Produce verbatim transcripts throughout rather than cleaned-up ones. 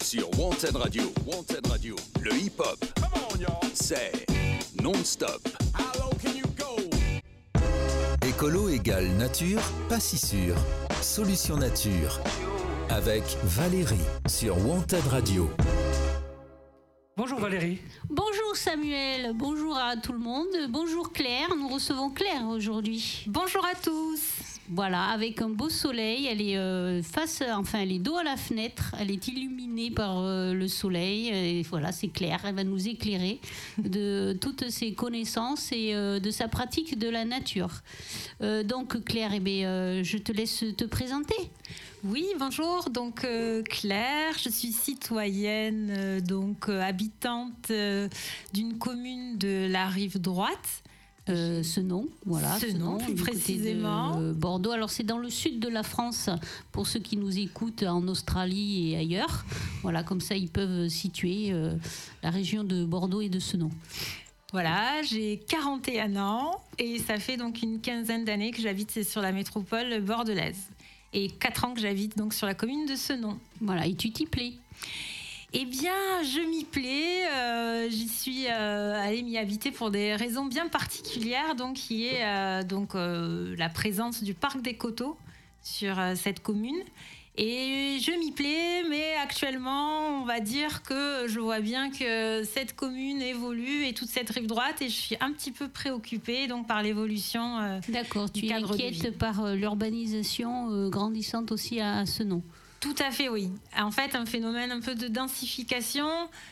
sur Wanted Radio. Wanted Radio, le hip-hop, c'est non-stop. Écolo égale nature, pas si sûr. Solution nature, avec Valérie sur Wanted Radio. Bonjour Valérie. Bonjour Samuel, bonjour à tout le monde. Bonjour Claire, nous recevons Claire aujourd'hui. Bonjour à tous. Voilà, avec un beau soleil, elle est euh, face, enfin elle est dos à la fenêtre, elle est illuminée par euh, le soleil. Et voilà, c'est Claire, elle va nous éclairer de toutes ses connaissances et euh, de sa pratique de la nature. Euh, donc Claire, eh bien, euh, je te laisse te présenter. Oui, bonjour. Donc euh, Claire, je suis citoyenne, euh, donc euh, habitante euh, d'une commune de la rive droite. Euh, Senon, voilà, Senon, plus précisément. De Bordeaux. Alors c'est dans le sud de la France pour ceux qui nous écoutent en Australie et ailleurs. Voilà, comme ça ils peuvent situer euh, la région de Bordeaux et de Senon. Voilà, j'ai quarante et un ans et ça fait donc une quinzaine d'années que j'habite sur la métropole bordelaise et quatre ans que j'habite donc sur la commune de Senon. Voilà, et tu t'y plais? Eh bien, je m'y plais. Euh, j'y suis euh, allée m'y habiter pour des raisons bien particulières, donc qui est euh, donc euh, la présence du parc des Coteaux sur euh, cette commune. Et je m'y plais, mais actuellement, on va dire que je vois bien que cette commune évolue et toute cette rive droite, et je suis un petit peu préoccupée donc par l'évolution. Euh, D'accord. Du tu es cadre de inquiète vie. par euh, l'urbanisation euh, grandissante aussi à Senon. Tout à fait, oui. En fait, un phénomène un peu de densification.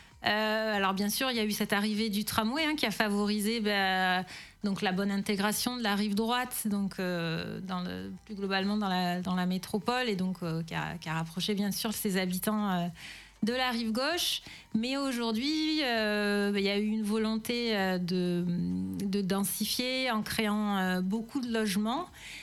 Euh, alors bien sûr, il y a eu cette arrivée du tramway hein, qui a favorisé bah, donc la bonne intégration de la rive droite, donc euh, dans le, plus globalement dans la, dans la métropole, et donc euh, qui, a, qui a rapproché bien sûr ses habitants euh, de la rive gauche. Mais aujourd'hui, euh, il y a eu une volonté euh, de, de densifier en créant euh, beaucoup de logements.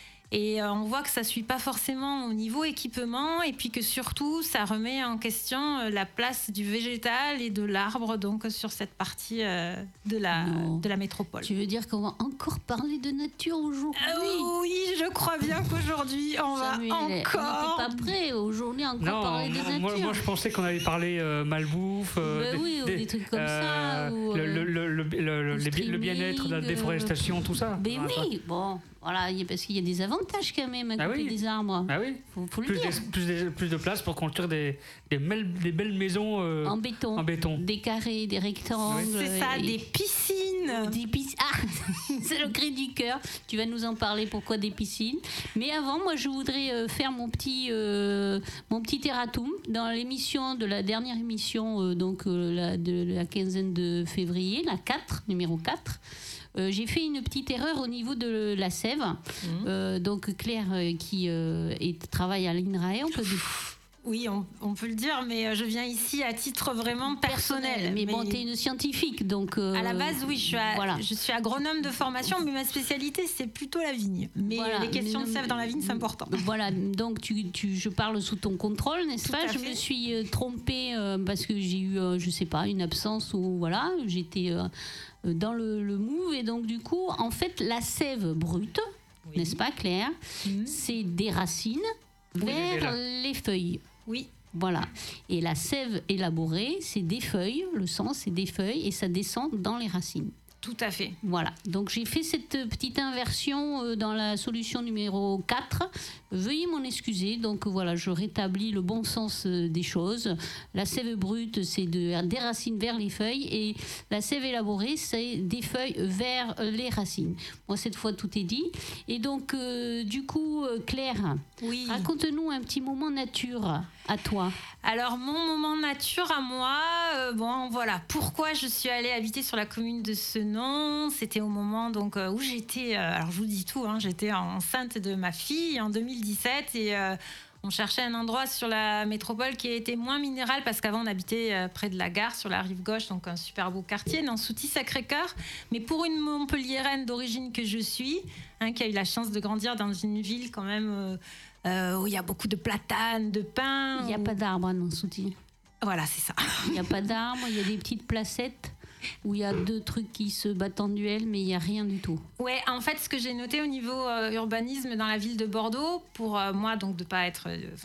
Et on voit que ça ne suit pas forcément au niveau équipement, et puis que surtout, ça remet en question la place du végétal et de l'arbre donc, sur cette partie de la, de la métropole. Tu veux dire qu'on va encore parler de nature aujourd'hui? euh, Oui, je crois bien qu'aujourd'hui, on Samuel, va encore... on n'était pas prêt aujourd'hui encore Non, parler de nature. moi, moi je pensais qu'on allait parler euh, malbouffe, euh, Ben oui, ou des trucs comme ça, ou, le, euh, le, le, le, le, ou les bi- le bien-être, la streaming, déforestation, tout ça. Ben Ah, oui, bon, voilà, y a- parce qu'il y a des avantages quand même à Ah couper oui. des arbres. Ah oui, Faut, faut le plus, dire. des- plus, des- plus de place pour construire des, des, belles, des belles maisons euh, En béton. en béton. Des carrés, des rectangles. C'est ça, et- des piscines. Des piscines. Ah, c'est le cri du cœur. Tu vas nous en parler. Pourquoi des piscines? Mais avant, moi, je voudrais euh, faire mon petit, euh, mon petit erratum dans l'émission de la dernière émission, euh, donc euh, la, de la quinzaine de février, la quatre, numéro quatre. Euh, j'ai fait une petite erreur au niveau de la sève. Mmh. Euh, donc Claire, euh, qui euh, est, travaille à l'INRAE, on peut dire. Oui, on, on peut le dire, mais je viens ici à titre vraiment personnel. Mais, bon, t'es une scientifique, donc... Euh, À la base, oui, je suis, à- voilà. je suis agronome de formation, mais ma spécialité, c'est plutôt la vigne. Mais Voilà. les questions Mais de non, sève dans la vigne, c'est important. Voilà, donc tu, tu, je parle sous ton contrôle, n'est-ce Tout pas? à Je fait. me suis euh, trompée euh, parce que j'ai eu, euh, je sais pas, une absence ou voilà, j'étais euh, dans le, le move, et donc du coup, en fait, la sève brute, Oui. n'est-ce pas Claire? Mhm. C'est des racines Oui, j'ai vers là. les feuilles. Oui, Voilà. Et la sève élaborée, c'est des feuilles, le sang, c'est des feuilles, et ça descend dans les racines. tout à fait. Voilà, donc j'ai fait cette petite inversion euh, dans la solution numéro quatre. Veuillez m'en excuser. Donc voilà, je rétablis le bon sens euh, des choses. La sève brute, c'est de, des racines vers les feuilles, et la sève élaborée, c'est des feuilles vers les racines. Moi, cette fois, tout est dit. Et donc, euh, du coup, euh, Claire, Oui. raconte-nous un petit moment nature à toi. Alors, mon moment nature à moi, euh, bon, voilà. Pourquoi je suis allée habiter sur la commune de Senon? C'était au moment donc, euh, où j'étais, euh, alors je vous dis tout, hein, j'étais enceinte de ma fille en deux mille dix-sept, et euh, on cherchait un endroit sur la métropole qui était moins minéral, parce qu'avant on habitait euh, près de la gare, sur la rive gauche, donc un super beau quartier, Nansouty-Sacré-Cœur. Mais pour une Montpelliéraine d'origine que je suis, hein, qui a eu la chance de grandir dans une ville quand même... Euh, Euh, où il y a beaucoup de platanes, de pins. Il n'y a où... pas d'arbre à Nansouty. Voilà, c'est ça. Il n'y a pas d'arbre, il y a des petites placettes où il y a deux trucs qui se battent en duel, mais il n'y a rien du tout. Ouais, en fait, ce que j'ai noté au niveau euh, urbanisme dans la ville de Bordeaux, pour euh, moi, donc de pas être, enfin,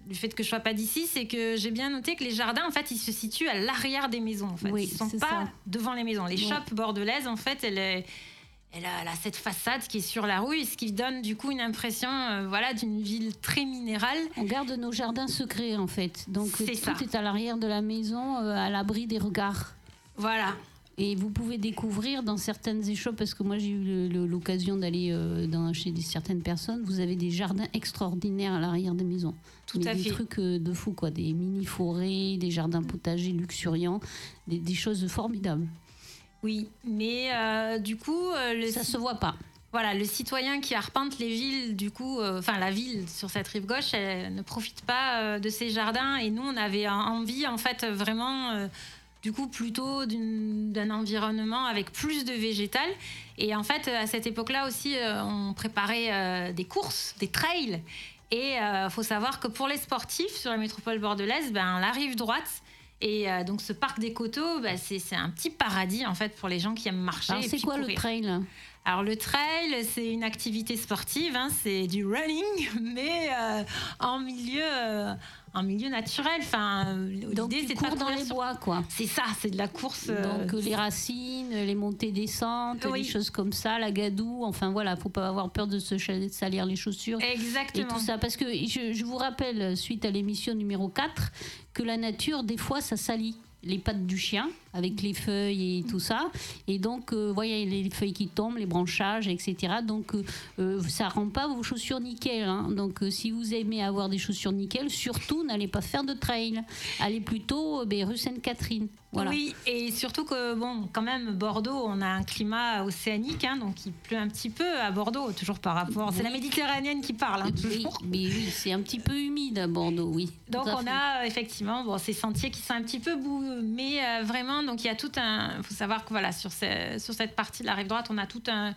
du fait que je sois pas d'ici, c'est que j'ai bien noté que les jardins, en fait, ils se situent à l'arrière des maisons. En fait. Oui, ils sont c'est pas ça. devant les maisons. Les Ouais. chopes bordelaises, en fait, elle est Elle a, elle a cette façade qui est sur la rue, ce qui donne du coup une impression euh, voilà, d'une ville très minérale. On garde nos jardins secrets en fait. Donc C'est tout ça. est à l'arrière de la maison, euh, à l'abri des regards. Voilà. Et vous pouvez découvrir dans certaines échoppes, parce que moi j'ai eu le- le- l'occasion d'aller euh, dans, chez des- certaines personnes, vous avez des jardins extraordinaires à l'arrière des maisons. Tout Mais à des fait. trucs euh, de fou, quoi. Des mini-forêts, des jardins potagers luxuriants, des, des choses formidables. Oui, mais euh, du coup, euh, le, Ça ci- se voit pas. voilà, le citoyen qui arpente les villes, du coup, euh, enfin la ville sur cette rive gauche, elle ne profite pas euh, de ces jardins. Et nous, on avait en- envie, en fait, vraiment, euh, du coup, plutôt d'une- d'un environnement avec plus de végétal. Et en fait, à cette époque-là aussi, euh, on préparait euh, des courses, des trails. Et il faut savoir que pour les sportifs sur la métropole bordelaise, ben, la rive droite. Et euh, donc ce parc des Coteaux, bah, c'est, c'est un petit paradis en fait pour les gens qui aiment marcher. Alors et c'est puis quoi le courir. trail? Alors le trail, c'est une activité sportive, hein, c'est du running, mais euh, en milieu, euh, en milieu naturel. Enfin, Donc l'idée tu c'est de cours pas dans courir les sur- bois, quoi. C'est ça, c'est de la course. euh, Donc euh, les racines, les montées-descentes, Oui. les choses comme ça, la gadoue, enfin voilà, faut pas avoir peur de se cha- salir les chaussures. Et Exactement. tout ça, parce que je, je vous rappelle, suite à l'émission numéro quatre, que la nature, des fois, ça salit les pattes du chien avec les feuilles et tout ça, et donc euh, voyez les feuilles qui tombent, les branchages, etc. Donc euh, euh, ça rend pas vos chaussures nickel, hein. Donc euh, si vous aimez avoir des chaussures nickel, surtout n'allez pas faire de trail, allez plutôt euh, ben, rue Sainte-Catherine. Voilà. Oui, et surtout que, bon, quand même, Bordeaux, on a un climat océanique, hein, donc il pleut un petit peu à Bordeaux, toujours par rapport. C'est Oui. la méditerranéenne qui parle, hein, Oui, toujours. mais oui, c'est un petit peu humide à Bordeaux, oui. Donc Tout à on fait. a euh, effectivement bon, ces sentiers qui sont un petit peu boueux, mais euh, vraiment, donc il y a tout un. Il faut savoir que voilà, sur, ce- sur cette partie de la rive droite, on a tout un,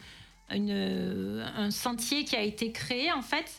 une- un sentier qui a été créé en fait.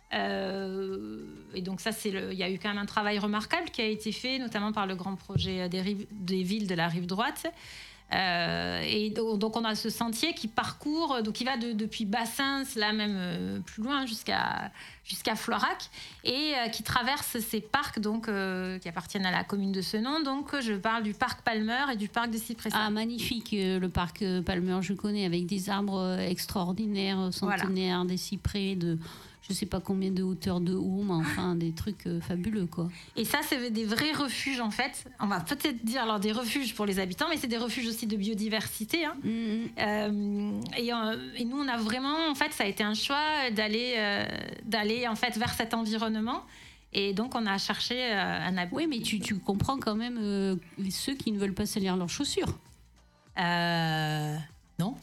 Euh, et donc ça, c'est le, il y a eu quand même un travail remarquable qui a été fait, notamment par le grand projet des, rives- des villes de la rive droite. Euh, et do- donc on a ce sentier qui parcourt, donc qui va de- depuis Bassins, là même euh, plus loin jusqu'à jusqu'à Florac, et euh, qui traverse ces parcs donc euh, qui appartiennent à la commune de Senon. Donc je parle du parc Palmer et du parc de Cyprès. Ah, magnifique, euh, le parc euh, Palmer, je connais, avec des arbres euh, extraordinaires, euh, centenaires, des cyprès de je sais pas combien de hauteur de haut, mais enfin des trucs euh, fabuleux, quoi. Et ça, c'est des vrais refuges en fait. On va peut-être dire alors des refuges pour les habitants, mais c'est des refuges aussi de biodiversité, hein. Mhm. Euh, et, euh, et nous, on a vraiment, en fait, ça a été un choix d'aller, euh, d'aller en fait vers cet environnement. Et donc, on a cherché euh, un abri. Oui, mais tu, tu comprends quand même euh, ceux qui ne veulent pas salir leurs chaussures. Euh, non.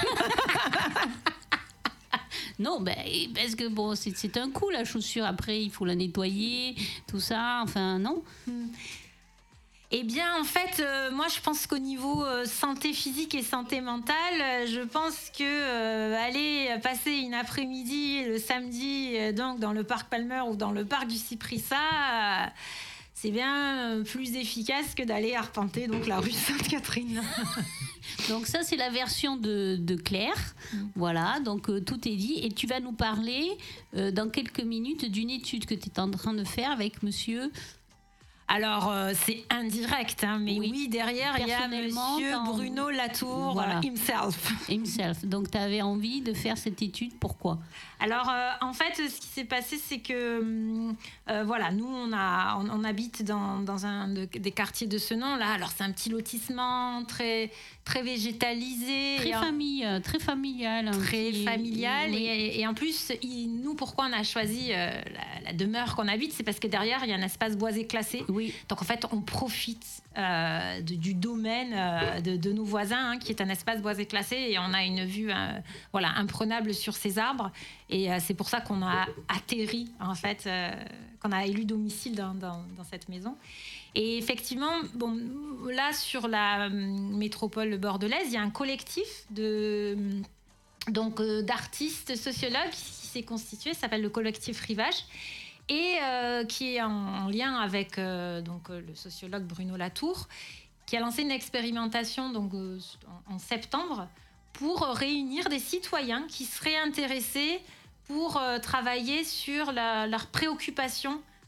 Non, ben, parce que bon, c'est, c'est un coup la chaussure. Après, il faut la nettoyer, tout ça. Enfin, non. Eh bien, en fait, euh, moi, je pense qu'au niveau euh, santé physique et santé mentale, euh, je pense que euh, aller passer une après-midi le samedi, euh, donc dans le parc Palmer ou dans le parc du Cyprissa, euh, c'est bien euh, plus efficace que d'aller arpenter donc la rue Sainte-Catherine. Donc ça, c'est la version de, de Claire. Voilà, donc euh, tout est dit. Et tu vas nous parler euh, dans quelques minutes d'une étude que tu es en train de faire avec monsieur... Alors, euh, c'est indirect, hein, mais Oui. oui, derrière, il y a Personnellement, monsieur t'as envie- Bruno Latour Voilà. euh, himself. himself. Donc tu avais envie de faire cette étude, pourquoi? Alors, euh, en fait, ce qui s'est passé, c'est que, hum, euh, voilà, nous, on, a, on, on habite dans, dans un de- des quartiers de ce nom-là. Alors, c'est un petit lotissement très, très végétalisé. Très et en- famille, euh, très familial. un Très petit- familial. oui. Et, et en plus, il- nous, pourquoi on a choisi euh, la, la demeure qu'on habite, c'est parce que derrière, il y a un espace boisé classé. Oui, Donc, en fait, on profite euh, de- du domaine euh, de, de nos voisins, hein, qui est un espace boisé classé. Et on a une vue euh, voilà, imprenable sur ces arbres. Et euh, c'est pour ça qu'on a atterri, en fait, euh, qu'on a élu domicile dans, dans- dans cette maison. Et effectivement, bon, là, sur la hum, métropole bordelaise, il y a un collectif de, hum, donc, euh, d'artistes sociologues qui s'est constitué, ça s'appelle le collectif Rivage, et euh, qui est en, en lien avec euh, donc, euh, le sociologue Bruno Latour, qui a lancé une expérimentation donc, euh, en, en septembre pour réunir des citoyens qui seraient intéressés pour euh, travailler sur la- leurs préoccupations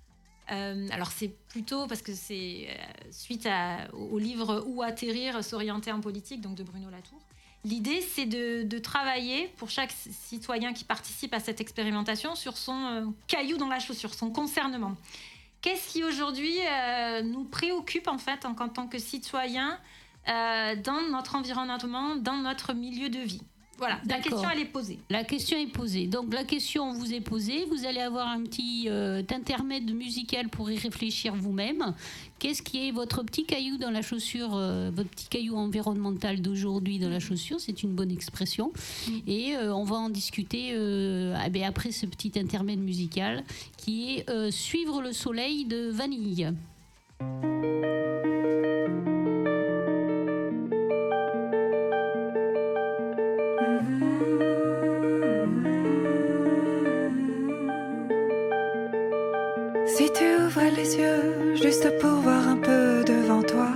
Euh, alors c'est plutôt parce que c'est euh, suite à, au livre Où atterrir, s'orienter en politique, donc de Bruno Latour. L'idée, c'est de, de travailler pour chaque citoyen qui participe à cette expérimentation sur son euh, caillou dans la chaussure, son concernement. Qu'est-ce qui aujourd'hui euh, nous préoccupe en fait en, en tant que citoyen euh, dans notre environnement, dans notre milieu de vie? Voilà, la D'accord. question elle est posée. La question est posée. Donc la question vous est posée. Vous allez avoir un petit euh, intermède musical pour y réfléchir vous-même. Qu'est-ce qui est votre petit caillou dans la chaussure, euh, votre petit caillou environnemental d'aujourd'hui dans la chaussure? C'est une bonne expression. Et euh, on va en discuter euh, eh bien, après ce petit intermède musical qui est euh, Suivre le soleil de Vanille. Si tu ouvrais les yeux juste pour voir un peu devant toi,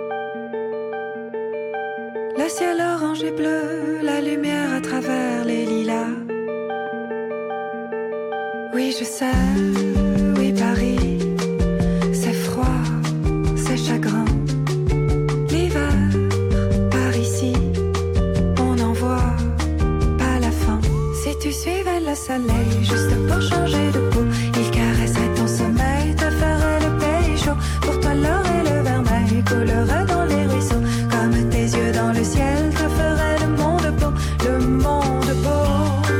le ciel orange et bleu, la lumière à travers les lilas. Oui, je sais, oui, Paris, c'est froid, c'est chagrin. L'hiver, par ici, on n'en voit pas la fin. Si tu suivais le soleil juste pour changer de peau, il caresserait ton sommeil, te ferait le pays chaud. Pour toi l'or et le vermeil coulerait dans les ruisseaux. Comme tes yeux dans le ciel te ferait le monde beau, le monde beau.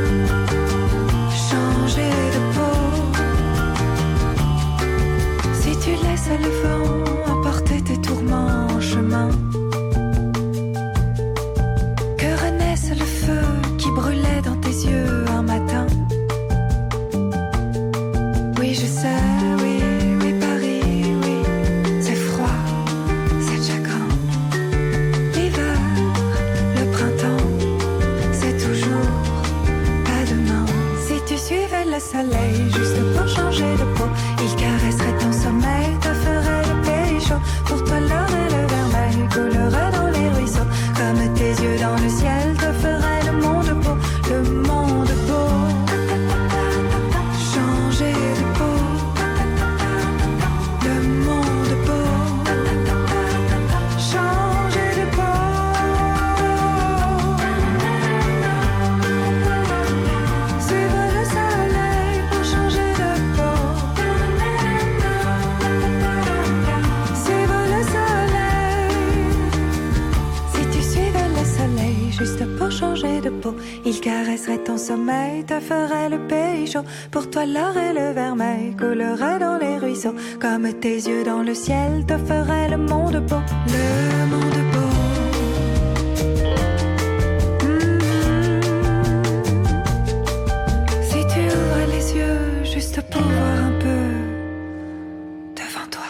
Changer de peau. Si tu laisses le vent emporter tes tourments en chemin, que renaisse le feu qui brûlait dans tes yeux un matin. Oui, je sais, oui, oui, Paris, oui, c'est froid, c'est chagrin. L'hiver, le printemps, c'est toujours pas demain. Si tu suivais le soleil juste pour changer de peau, il caresserait ton sommeil, te ferait le pays chaud. Pour toi l'or et le vermeil coulerait dans les ruisseaux. Comme tes yeux dans le ciel te ferait le monde beau, le monde beau. Changer de peau, le monde beau. Changer de peau. Suivre le soleil pour changer de peau. Suivre le soleil. Si tu suivais le soleil juste pour changer de peau, il caresserait ton sommeil, te ferait le pays chaud. Pour toi l'or et le vermeil coulerait dans les ruisseaux. Comme tes yeux dans le ciel te ferait le monde beau, le monde beau. Mhm. Si tu ouvres les yeux juste pour voir un peu devant toi.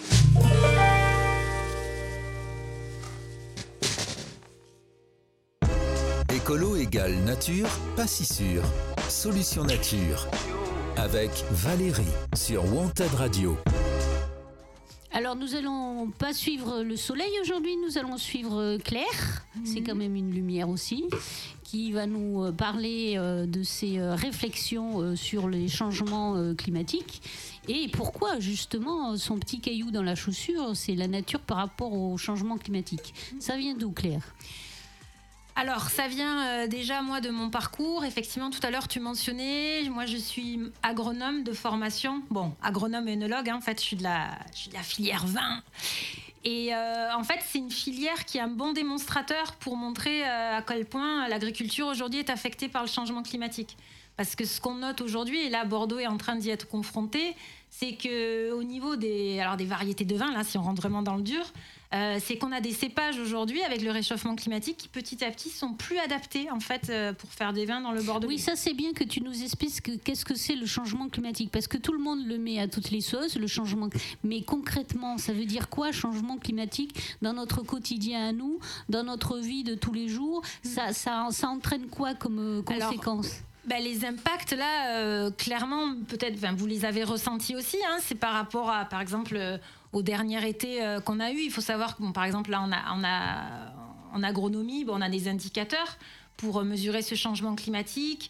Écolo égale nature, pas si sûr. Solution nature. Avec Valérie sur Wanted Radio. Alors nous allons pas suivre le soleil aujourd'hui, nous allons suivre Claire, mmh. c'est quand même une lumière aussi, qui va nous parler de ses réflexions sur les changements climatiques et pourquoi justement son petit caillou dans la chaussure, c'est la nature par rapport au changement climatique. Ça vient d'où, Claire ? Alors, ça vient euh, déjà, moi, de mon parcours. Effectivement, tout à l'heure, tu mentionnais, moi, je suis agronome de formation. Bon, agronome et œnologue, hein, en fait, je suis de la, je suis de la filière vin. Et euh, en fait, c'est une filière qui est un bon démonstrateur pour montrer euh, à quel point l'agriculture, aujourd'hui, est affectée par le changement climatique. Parce que ce qu'on note aujourd'hui, et là, Bordeaux est en train d'y être confronté, c'est qu'au niveau des, alors des variétés de vin, là, si on rentre vraiment dans le dur, euh, c'est qu'on a des cépages aujourd'hui avec le réchauffement climatique qui petit à petit sont plus adaptés en fait euh, pour faire des vins dans le Bordeaux. Oui, ça c'est bien que tu nous expliques que, qu'est-ce que c'est le changement climatique, parce que tout le monde le met à toutes les sauces, le changement. Mais concrètement, ça veut dire quoi, changement climatique dans notre quotidien à nous, dans notre vie de tous les jours? Ça, ça, ça entraîne quoi comme euh, conséquence? Alors, Ben, les impacts, là, euh, clairement, peut-être, enfin, vous les avez ressentis aussi. Hein, c'est par rapport à, par exemple, euh, au dernier été euh, qu'on a eu. Il faut savoir que, bon, par exemple, là, on a, on a, en agronomie, bon, on a des indicateurs pour mesurer ce changement climatique.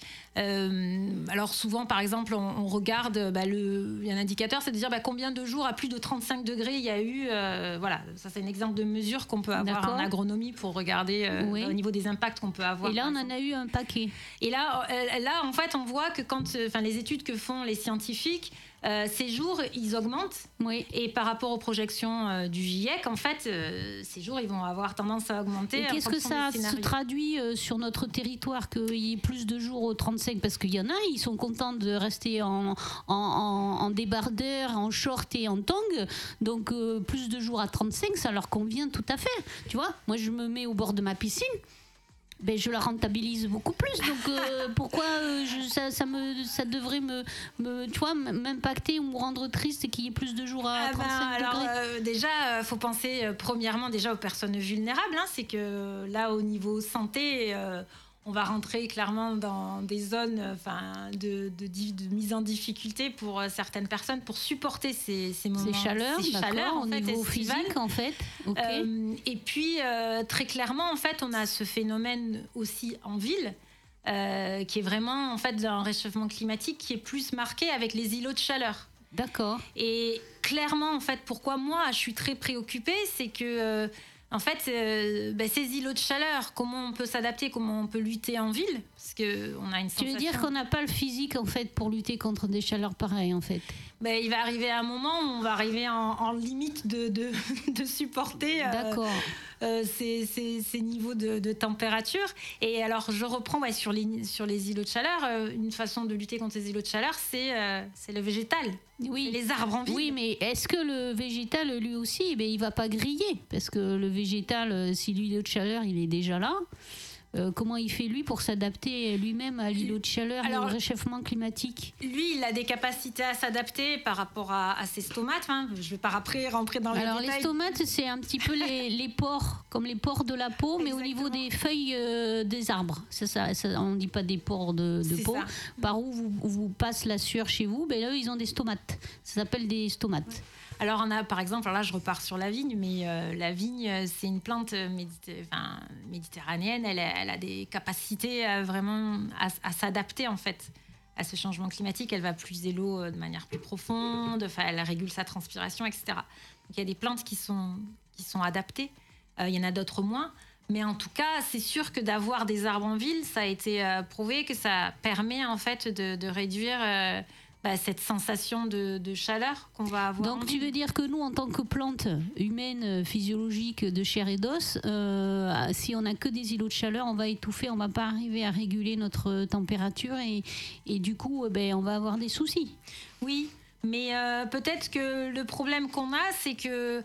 Euh, alors souvent, par exemple, on, on regarde, bah, le, il y a un indicateur, c'est de dire bah, combien de jours à plus de trente-cinq degrés il y a eu. Euh, voilà, ça c'est un exemple de mesure qu'on peut avoir D'accord. en agronomie pour regarder euh, Oui. au niveau des impacts qu'on peut avoir. Et là, par on en exemple. a eu un paquet. Et là, euh, là, en fait, on voit que quand, enfin, les études que font les scientifiques, euh, ces jours, ils augmentent. Oui. Et par rapport aux projections euh, du GIEC, en fait, euh, ces jours, ils vont avoir tendance à augmenter. Et en qu'est-ce que fonction ça des se scénarios. traduit euh, sur notre territoire, qu'il y ait plus de jours au trente-cinq? Parce qu'il y en a, ils sont contents de rester en, en, en, en débardeur, en short et en tongs. Donc euh, plus de jours à trente-cinq, ça leur convient tout à fait. Tu vois, moi je me mets au bord de ma piscine. Ben, je la rentabilise beaucoup plus, donc euh, pourquoi euh, je, ça, ça, me, ça devrait me, me, tu vois, m'impacter ou me rendre triste qu'il y ait plus de jours à Ah ben, trente-cinq alors, degrés? euh, déjà, il faut penser euh, premièrement déjà aux personnes vulnérables. Hein, c'est que là, au niveau santé, euh, on va rentrer clairement dans des zones enfin, de, de, de mise en difficulté pour euh, certaines personnes pour supporter ces, ces moments. Ces chaleurs, ces d'accord, chaleurs, en au fait, niveau estivales. physique en fait. Ok. Euh, et puis, euh, très clairement, en fait, on a ce phénomène aussi en ville, euh, qui est vraiment, en fait, un réchauffement climatique qui est plus marqué avec les îlots de chaleur. D'accord. Et clairement, en fait, pourquoi moi, je suis très préoccupée, c'est que, euh, en fait, euh, bah, ces îlots de chaleur, comment on peut s'adapter, comment on peut lutter en ville, parce qu'on a une sensation... Tu veux dire qu'on n'a pas le physique en fait pour lutter contre des chaleurs pareilles en fait? Ben, il va arriver un moment où on va arriver en, en limite de, de, de supporter euh, D'accord. euh, ces, ces, ces niveaux de, de température. Et alors, je reprends ouais, sur, les, sur les îlots de chaleur. Euh, une façon de lutter contre les îlots de chaleur, c'est euh, c'est le végétal. Oui. C'est les arbres en ville. Oui, mais est-ce que le végétal, lui aussi, eh bien, il va pas griller? Parce que le végétal, euh, si l'îlot de chaleur, il est déjà là, euh, comment il fait, lui, pour s'adapter lui-même à l'îlot de chaleur Alors, et au réchauffement climatique? Lui, il a des capacités à s'adapter par rapport à, à ses stomates. Hein. Je ne vais pas après rentrer dans les Alors, détails. les stomates, c'est un petit peu les, les pores, comme les pores de la peau, mais au niveau des feuilles euh, des arbres. Ça, ça, ça, on ne dit pas des pores de, de C'est peau. ça. Par où vous, vous passe la sueur chez vous, ben là, ils ont des stomates. Ça s'appelle des stomates. Alors, on a par exemple, alors là je repars sur la vigne, mais euh, la vigne, euh, c'est une plante méditer- enfin, méditerranéenne. Elle a, elle a des capacités euh, vraiment à, à s'adapter en fait à ce changement climatique. Elle va puiser l'eau euh, de manière plus profonde, enfin, elle régule sa transpiration, et cetera. Donc, il y a des plantes qui sont, qui sont adaptées. Euh, il y en a d'autres moins. Mais en tout cas, c'est sûr que d'avoir des arbres en ville, ça a été euh, prouvé que ça permet en fait de, de réduire euh, bah, cette sensation de, de chaleur qu'on va avoir. en Donc tu ville. veux dire que nous, en tant que plante humaine, physiologique, de chair et d'os, euh, si on n'a que des îlots de chaleur, on va étouffer, on ne va pas arriver à réguler notre température et, et du coup, ben, on va avoir des soucis. Oui, mais euh, peut-être que le problème qu'on a, c'est que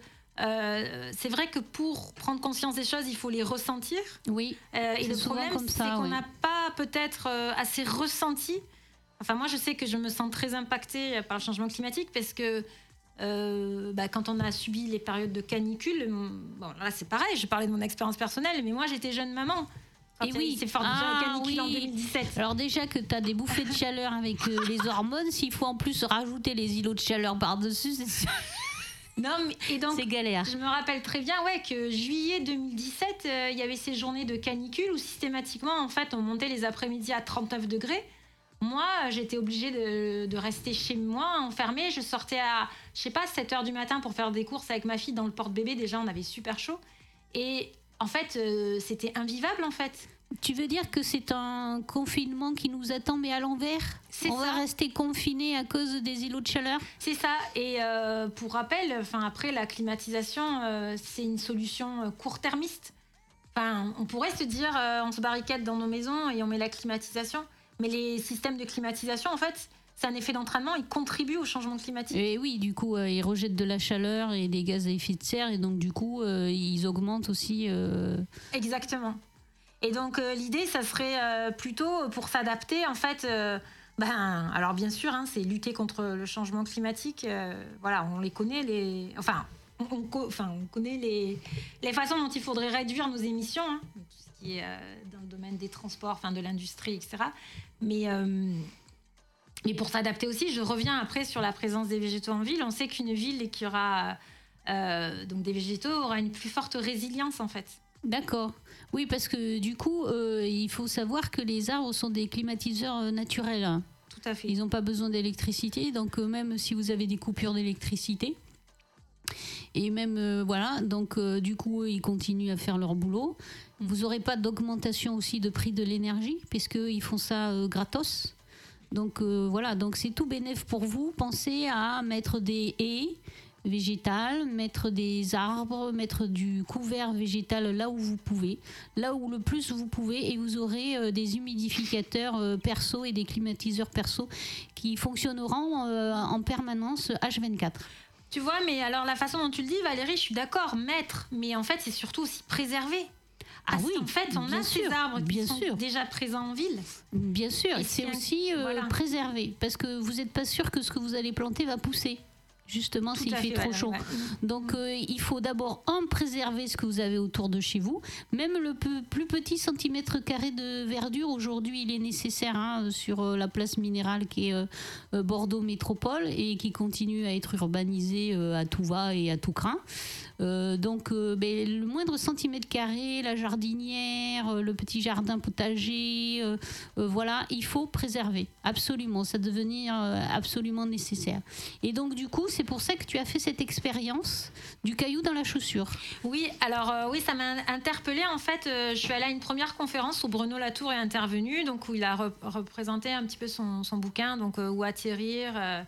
euh, c'est vrai que pour prendre conscience des choses, il faut les ressentir. Oui. Euh, et C'est le souvent problème, comme c'est ça, qu'on oui. n'a pas peut-être euh, assez ressenti. Enfin, moi, je sais que je me sens très impactée par le changement climatique parce que euh, bah, quand on a subi les périodes de canicule, bon, là, c'est pareil, je parlais de mon expérience personnelle, mais moi, j'étais jeune maman. Quand Et il y a oui. eu ces fortes Ah, canicules en oui. deux mille dix-sept. Alors déjà que tu as des bouffées de chaleur avec euh, les hormones, s'il faut en plus rajouter les îlots de chaleur par-dessus, c'est, Non, mais, et donc, c'est galère. je me rappelle très bien ouais, que juillet deux mille dix-sept, euh, il y avait ces journées de canicule où systématiquement, en fait, on montait les après-midi à trente-neuf degrés. Moi, j'étais obligée de, de rester chez moi, enfermée. Je sortais à, je sais pas, sept heures du matin pour faire des courses avec ma fille dans le porte-bébé. Déjà, on avait super chaud. Et en fait, euh, c'était invivable, en fait. Tu veux dire que c'est un confinement qui nous attend, mais à l'envers? C'est On ça. va rester confinés à cause des îlots de chaleur? C'est ça. Et euh, pour rappel, enfin après la climatisation, euh, c'est une solution euh, court-termiste. Enfin, on pourrait se dire, euh, on se barricade dans nos maisons et on met la climatisation. Mais les systèmes de climatisation, en fait, c'est un effet d'entraînement. Ils contribuent au changement climatique. Et oui, du coup, euh, ils rejettent de la chaleur et des gaz à effet de serre, et donc du coup, euh, ils augmentent aussi. euh, Exactement. Et donc euh, l'idée, ça serait euh, plutôt pour s'adapter, en fait. euh, ben, alors bien sûr, hein, c'est lutter contre le changement climatique. euh, voilà, on les connaît, les. Enfin, on, on co- enfin, on connaît les, les façons dont il faudrait réduire nos émissions, hein, tout ce qui est euh, dans le domaine des transports, enfin de l'industrie, et cetera. Mais euh, mais pour s'adapter aussi, je reviens après sur la présence des végétaux en ville. On sait qu'une ville qui aura euh, donc des végétaux aura une plus forte résilience, en fait. D'accord. Oui, parce que du coup, euh, il faut savoir que les arbres sont des climatiseurs euh, naturels. Hein. Tout à fait. Ils n'ont pas besoin d'électricité, donc euh, même si vous avez des coupures d'électricité, et même euh, voilà, donc euh, du coup, ils continuent à faire leur boulot. Vous n'aurez pas d'augmentation aussi de prix de l'énergie, puisqu'ils font ça euh, gratos. Donc euh, voilà, donc c'est tout bénef pour vous. Pensez à mettre des haies végétales, mettre des arbres, mettre du couvert végétal là où vous pouvez, là où le plus vous pouvez, et vous aurez euh, des humidificateurs euh, perso et des climatiseurs perso qui fonctionneront euh, en permanence H vingt-quatre. Tu vois, mais alors la façon dont tu le dis, Valérie, je suis d'accord, mettre, mais en fait, c'est surtout aussi préserver. Ah Parce oui, qu'en fait, on bien a sûr, ces arbres qui bien sont sûr. déjà présents en ville. Bien sûr, Et c'est si un- aussi euh, voilà. préservé, parce que vous n'êtes pas sûr que ce que vous allez planter va pousser. Justement, Tout s'il à fait, fait, trop voilà, chaud. ouais. Donc, euh, il faut d'abord en préserver ce que vous avez autour de chez vous. Même le peu- plus petit centimètre carré de verdure, aujourd'hui, il est nécessaire hein, sur euh, la place minérale qui est euh, euh, Bordeaux Métropole et qui continue à être urbanisée euh, à tout va et à tout crin. Euh, donc, euh, ben, le moindre centimètre carré, la jardinière, euh, le petit jardin potager, euh, euh, voilà, il faut préserver. Absolument, ça va devenir euh, absolument nécessaire. Et donc, du coup, c'est pour ça que tu as fait cette expérience du caillou dans la chaussure. Oui, alors euh, oui, ça m'a interpellée. En fait, euh, je suis allée à une première conférence où Bruno Latour est intervenu, donc où il a re- représenté un petit peu son, son bouquin, donc euh, Où atterrir. euh.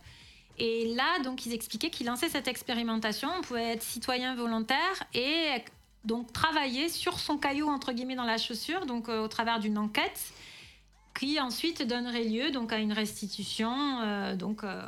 Et là, donc, ils expliquaient qu'ils lançaient cette expérimentation. On pouvait être citoyen volontaire et donc travailler sur son caillou entre guillemets dans la chaussure, donc euh, au travers d'une enquête qui ensuite donnerait lieu donc à une restitution, euh, donc. Euh,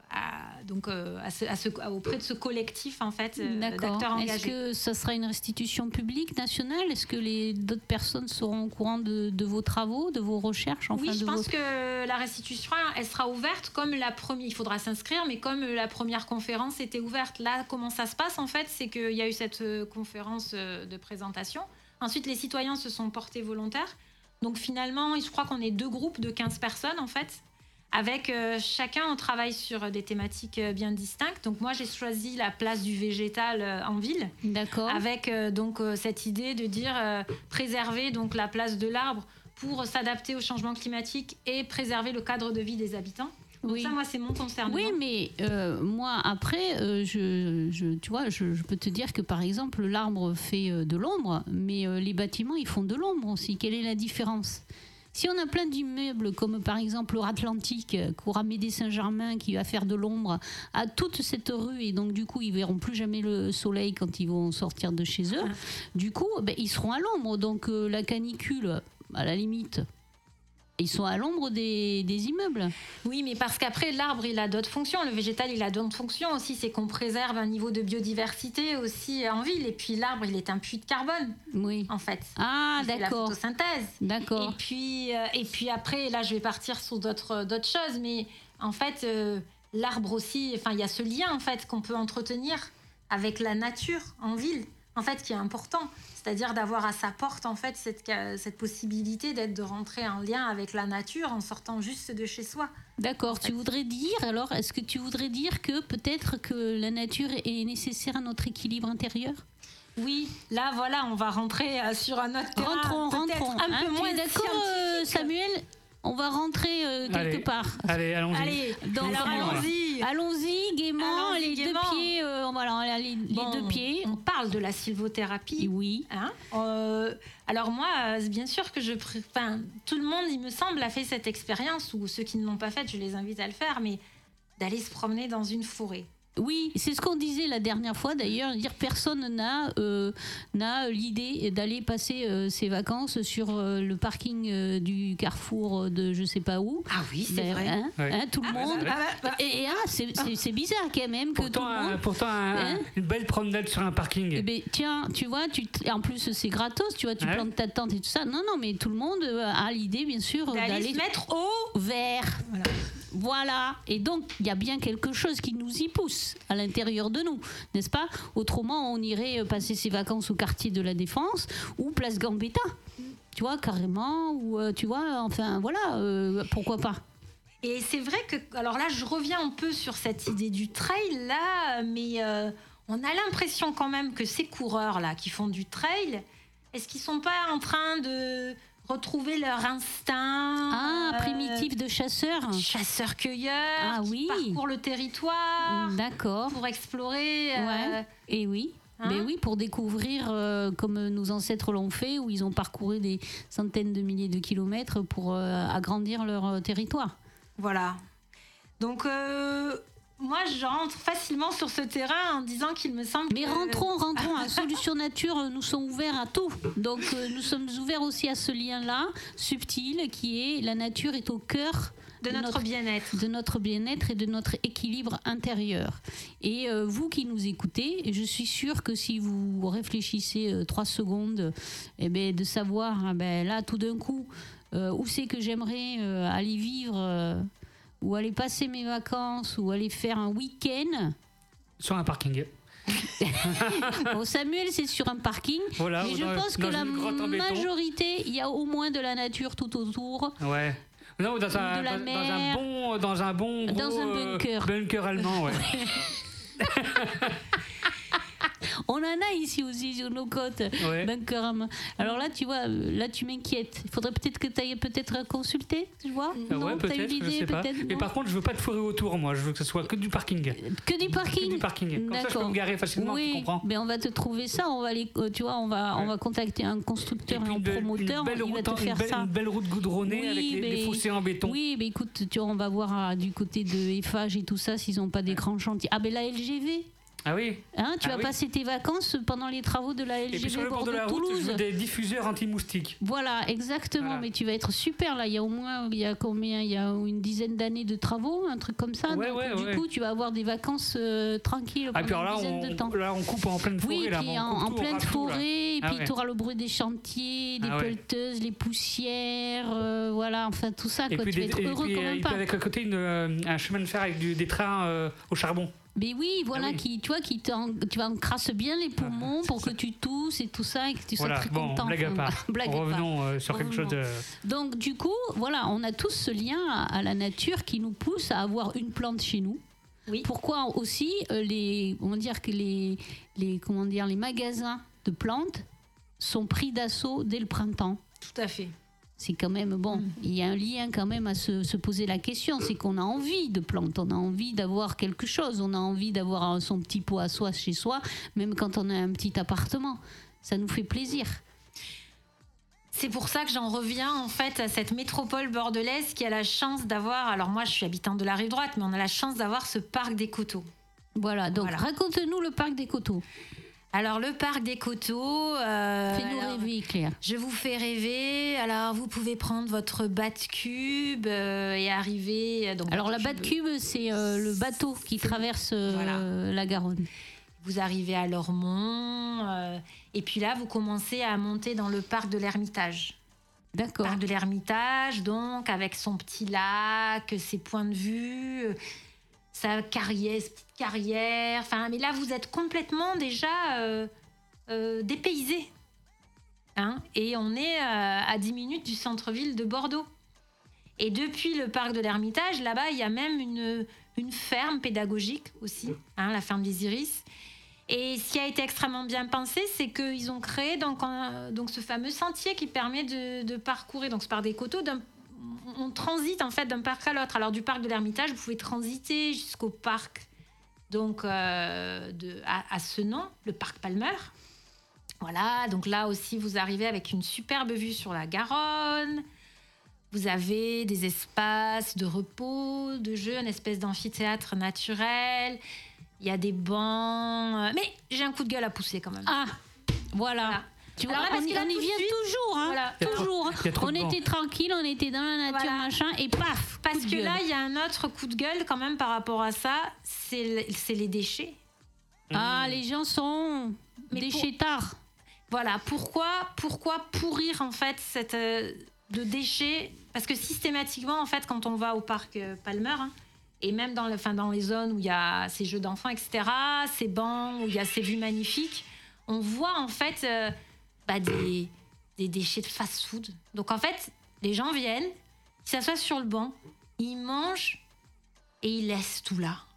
À, donc euh, à ce, à ce, à, auprès de ce collectif en fait euh, D'accord. d'acteurs Est-ce engagés. que ça sera une restitution publique, nationale? Est-ce que les d'autres personnes seront au courant de, de vos travaux, de vos recherches enfin, Oui, je de pense vos... que la restitution, elle sera ouverte comme la première. Il faudra s'inscrire, mais comme la première conférence était ouverte. Là, comment ça se passe en fait, c'est qu'il y a eu cette conférence de présentation. Ensuite, les citoyens se sont portés volontaires. Donc finalement, je crois qu'on est deux groupes de quinze personnes en fait. Avec euh, chacun, on travaille sur des thématiques euh, bien distinctes. Donc moi, j'ai choisi la place du végétal euh, en ville. D'accord. Avec euh, donc euh, cette idée de dire euh, préserver donc la place de l'arbre pour s'adapter au changement climatique et préserver le cadre de vie des habitants. Donc Oui. ça, moi, c'est mon concernement. Oui, mais euh, moi, après, euh, je, je, tu vois, je, je peux te dire que, par exemple, l'arbre fait euh, de l'ombre, mais euh, les bâtiments, ils font de l'ombre aussi. Quelle est la différence ? Si on a plein d'immeubles, comme par exemple Atlantique, Couramédé Saint-Germain, qui va faire de l'ombre à toute cette rue, et donc du coup, ils verront plus jamais le soleil quand ils vont sortir de chez eux, du coup, ben, ils seront à l'ombre. Donc euh, la canicule, à la limite... Ils sont à l'ombre des, des immeubles. Oui, mais parce qu'après, l'arbre, il a d'autres fonctions. Le végétal, il a d'autres fonctions aussi. C'est qu'on préserve un niveau de biodiversité aussi en ville. Et puis, l'arbre, il est un puits de carbone, Oui. en fait. Ah, Il fait la d'accord. photosynthèse. D'accord. Et puis, euh, et puis après, là, je vais partir sur d'autres, d'autres choses. Mais en fait, euh, l'arbre aussi, enfin, il y a ce lien, en fait, qu'on peut entretenir avec la nature en ville, en fait, qui est important. C'est-à-dire d'avoir à sa porte, en fait, cette, cette possibilité d'être, de rentrer en lien avec la nature en sortant juste de chez soi. D'accord. En fait. Tu voudrais dire, alors, est-ce que tu voudrais dire que peut-être que la nature est nécessaire à notre équilibre intérieur ? Oui, là, voilà, on va rentrer euh, sur un autre terrain. Rentrons, peut-être rentrons. un Hein, peu tu moins es d'accord, euh, scientifique. Samuel ? On va rentrer euh, quelque Allez. part. Allez, allons-y. Allez, Donc, alors Allons-y. allons-y. Allons-y, gaiement, Allons-y, les gaiement. deux pieds, euh, voilà, les, les Bon, deux pieds. On parle de la sylvothérapie. Oui. Hein euh, alors moi, euh, bien sûr que je... Pr... Enfin, tout le monde, il me semble, a fait cette expérience, ou ceux qui ne l'ont pas faite, je les invite à le faire, mais d'aller se promener dans une forêt. Oui, c'est ce qu'on disait la dernière fois d'ailleurs, dire personne n'a euh, n'a l'idée d'aller passer euh, ses vacances sur euh, le parking euh, du carrefour de je sais pas où. Ah oui, c'est Ben, vrai. hein, Ouais. hein, tout le Ah, monde. c'est vrai. Ah, bah, Et, et, ah, c'est, c'est, c'est bizarre quand même que Pourtant, tout le un- monde. pourtant un- Hein une belle promenade sur un parking. Eh ben, tiens, tu vois, tu t- en plus c'est gratos, tu vois, tu Ouais. plantes ta tente et tout ça. Non, non, mais tout le monde euh, a l'idée, bien sûr, d'aller d'aller se mettre au... vers. Voilà. Voilà. Et donc, il y a bien quelque chose qui nous y pousse à l'intérieur de nous, n'est-ce pas ? Autrement, on irait euh, passer ses vacances au quartier de la Défense ou place Gambetta, tu vois, carrément, ou euh, tu vois, enfin, voilà, euh, pourquoi pas ? Et c'est vrai que... Alors là, je reviens un peu sur cette idée du trail, là, mais euh, on a l'impression quand même que ces coureurs-là qui font du trail, est-ce qu'ils sont pas en train de retrouver leur instinct Ah, euh, primitif de chasseur. chasseur-cueilleur, Ah qui oui. parcourt le territoire D'accord. pour explorer. euh, Ouais. Et oui. Hein Mais oui, pour découvrir, euh, comme nos ancêtres l'ont fait, où ils ont parcouru des centaines de milliers de kilomètres pour euh, agrandir leur euh, territoire. Voilà. Donc, euh, moi, je rentre facilement sur ce terrain en disant qu'il me semble Mais que... rentrons, rentrons. À Solution Nature, euh, nous sommes ouverts à tout. Donc, euh, nous sommes ouverts aussi à ce lien-là, subtil, qui est la nature est au cœur de notre, notre bien-être. De notre bien-être et de notre équilibre intérieur. Et euh, vous qui nous écoutez, je suis sûre que si vous réfléchissez euh, trois secondes, eh ben, de savoir, eh ben, là, tout d'un coup, euh, où c'est que j'aimerais euh, aller vivre, euh, ou aller passer mes vacances, ou aller faire un week-end. Sur un parking. Bon, Samuel, c'est sur un parking. Voilà, mais je dans- pense que dans la une grotte en béton. majorité, il y a au moins de la nature tout autour. Ouais. Non, dans un, de la dans, mer. dans un bon, dans un bon gros, Dans un bunker. euh, bunker allemand, ouais. On en a ici aussi sur nos côtes. Ouais. Bunker à main. Alors là, tu vois, là, tu m'inquiètes. Il faudrait peut-être que tu ailles peut-être consulter, tu vois. Ah Non, ouais, t'as eu peut-être, je l'idée, sais pas. peut-être, Mais non par contre, je veux pas de forêt autour, moi. Je veux que ce soit que du parking. Que du parking. Que du parking. Comme ça, je peux me garer facilement, oui, tu comprends. mais on va te trouver ça. On va aller, euh, tu vois, on va, Ouais. on va contacter un constructeur et, puis un une belle- promoteur. Une belle, Il va route, te en- faire une belle, ça. une belle route goudronnée Oui, avec les, mais- les fossés en béton. Oui, mais écoute, tu vois, on va voir euh, du côté de Eiffage et tout ça s'ils n'ont pas des grands chantiers. Ah, ben la L G V. Ah oui. Hein, tu Ah vas oui. passer tes vacances pendant les travaux de la L G V Et puis sur le bord de la route, je Bordeaux-Toulouse. veux des diffuseurs anti-moustiques. Voilà, exactement. Voilà. Mais tu vas être super là. Il y a au moins, il y a combien Il y a une dizaine d'années de travaux, un truc comme ça. Ouais, Donc, ouais, du ouais. coup, tu vas avoir des vacances euh, tranquilles Ah, puis pendant alors là, une dizaine de temps. on, là, on coupe en pleine forêt. Oui, là, puis on en, coupe en tout, on pleine rase tout, là. forêt, et Ah puis ouais. tu auras le bruit des chantiers, des Ah ouais. pelleteuses, les poussières, euh, voilà, enfin tout ça. Et Quoi. puis, Tu vas des- être et heureux puis, comme euh, un il pain. peut avec à côté une, euh, un chemin de fer avec du- des trains euh, au charbon. Mais oui, voilà, Ah oui. qui, tu vois, qui t'en- tu vas encrasse bien les poumons Ah, pour c'est que tu tousses et tout ça et que tu sois Voilà, très bon, content. blague à Enfin, part. blague à part. Revenons euh, sur quelque chose Revenons. de. Donc du coup, voilà, on a tous ce lien à, à la nature qui nous pousse à avoir une plante chez nous. Oui. Pourquoi aussi euh, les, on va dire que les, les, comment dire, les magasins de plantes sont pris d'assaut dès le printemps. Tout à fait. C'est quand même bon. Mm. Il y a un lien quand même à se, se poser la question. C'est qu'on a envie de plantes, on a envie d'avoir quelque chose, on a envie d'avoir un- son petit pot à soi chez soi, même quand on a un petit appartement. Ça nous fait plaisir. C'est pour ça que j'en reviens en fait à cette métropole bordelaise qui a la chance d'avoir, alors moi je suis habitante de la rive droite, mais on a la chance d'avoir ce parc des Coteaux. Voilà. Donc Voilà. raconte-nous le parc des Coteaux. Alors le parc des Coteaux, euh, Fais-nous alors, rêver, Claire. je vous fais rêver. Alors vous pouvez prendre votre batte-cube euh, et arriver. euh, Donc, Alors la batte-cube, Batte-Cube, c'est euh, le bateau qui traverse euh, Voilà. la Garonne. Vous arrivez à Lormont euh, et puis là vous commencez à monter dans le parc de l'Ermitage. D'accord. Parc de l'Ermitage, donc avec son petit lac, ses points de vue, euh, sa carrière, sa petite carrière. Enfin, mais là, vous êtes complètement déjà euh, euh, dépaysé. Hein, et on est euh, à dix minutes du centre-ville de Bordeaux. Et depuis le parc de l'Ermitage, là-bas, il y a même une, une ferme pédagogique aussi, hein, la ferme des Iris. Et ce qui a été extrêmement bien pensé, c'est qu'ils ont créé donc, un- donc ce fameux sentier qui permet de, de parcourir, donc ce parc des Coteaux, d'un- on transite en fait d'un parc à l'autre. Alors du parc de l'Ermitage, vous pouvez transiter jusqu'au parc donc euh, de, à, à Senon, le parc Palmer. Voilà, donc là aussi vous arrivez avec une superbe vue sur la Garonne. Vous avez des espaces de repos, de jeux, une espèce d'amphithéâtre naturel. Il y a des bancs. euh, Mais j'ai un coup de gueule à pousser quand même. Ah, voilà. Voilà. Tu Alors vois, là, parce on, y- que là, on y tout de vient suite, toujours, hein, voilà. Il y a trop- toujours. il y a trop On de était tranquille, on était dans la nature, Voilà. machin, et paf, Parce coup de que gueule. là, il y a un autre coup de gueule quand même par rapport à ça, c'est le- c'est les déchets. Ah, les gens sont Mais déchettards. Voilà, pourquoi, pourquoi pourrir en fait cette, euh, de déchets. Parce que systématiquement, en fait, quand on va au parc euh, Palmer, hein, et même dans, le, enfin, dans les zones où il y a ces jeux d'enfants, et cetera, ces bancs, où il y a ces vues magnifiques, on voit en fait euh, bah, des, des déchets de fast-food. Donc en fait, les gens viennent, ils s'assoient sur le banc, ils mangent et ils laissent tout là.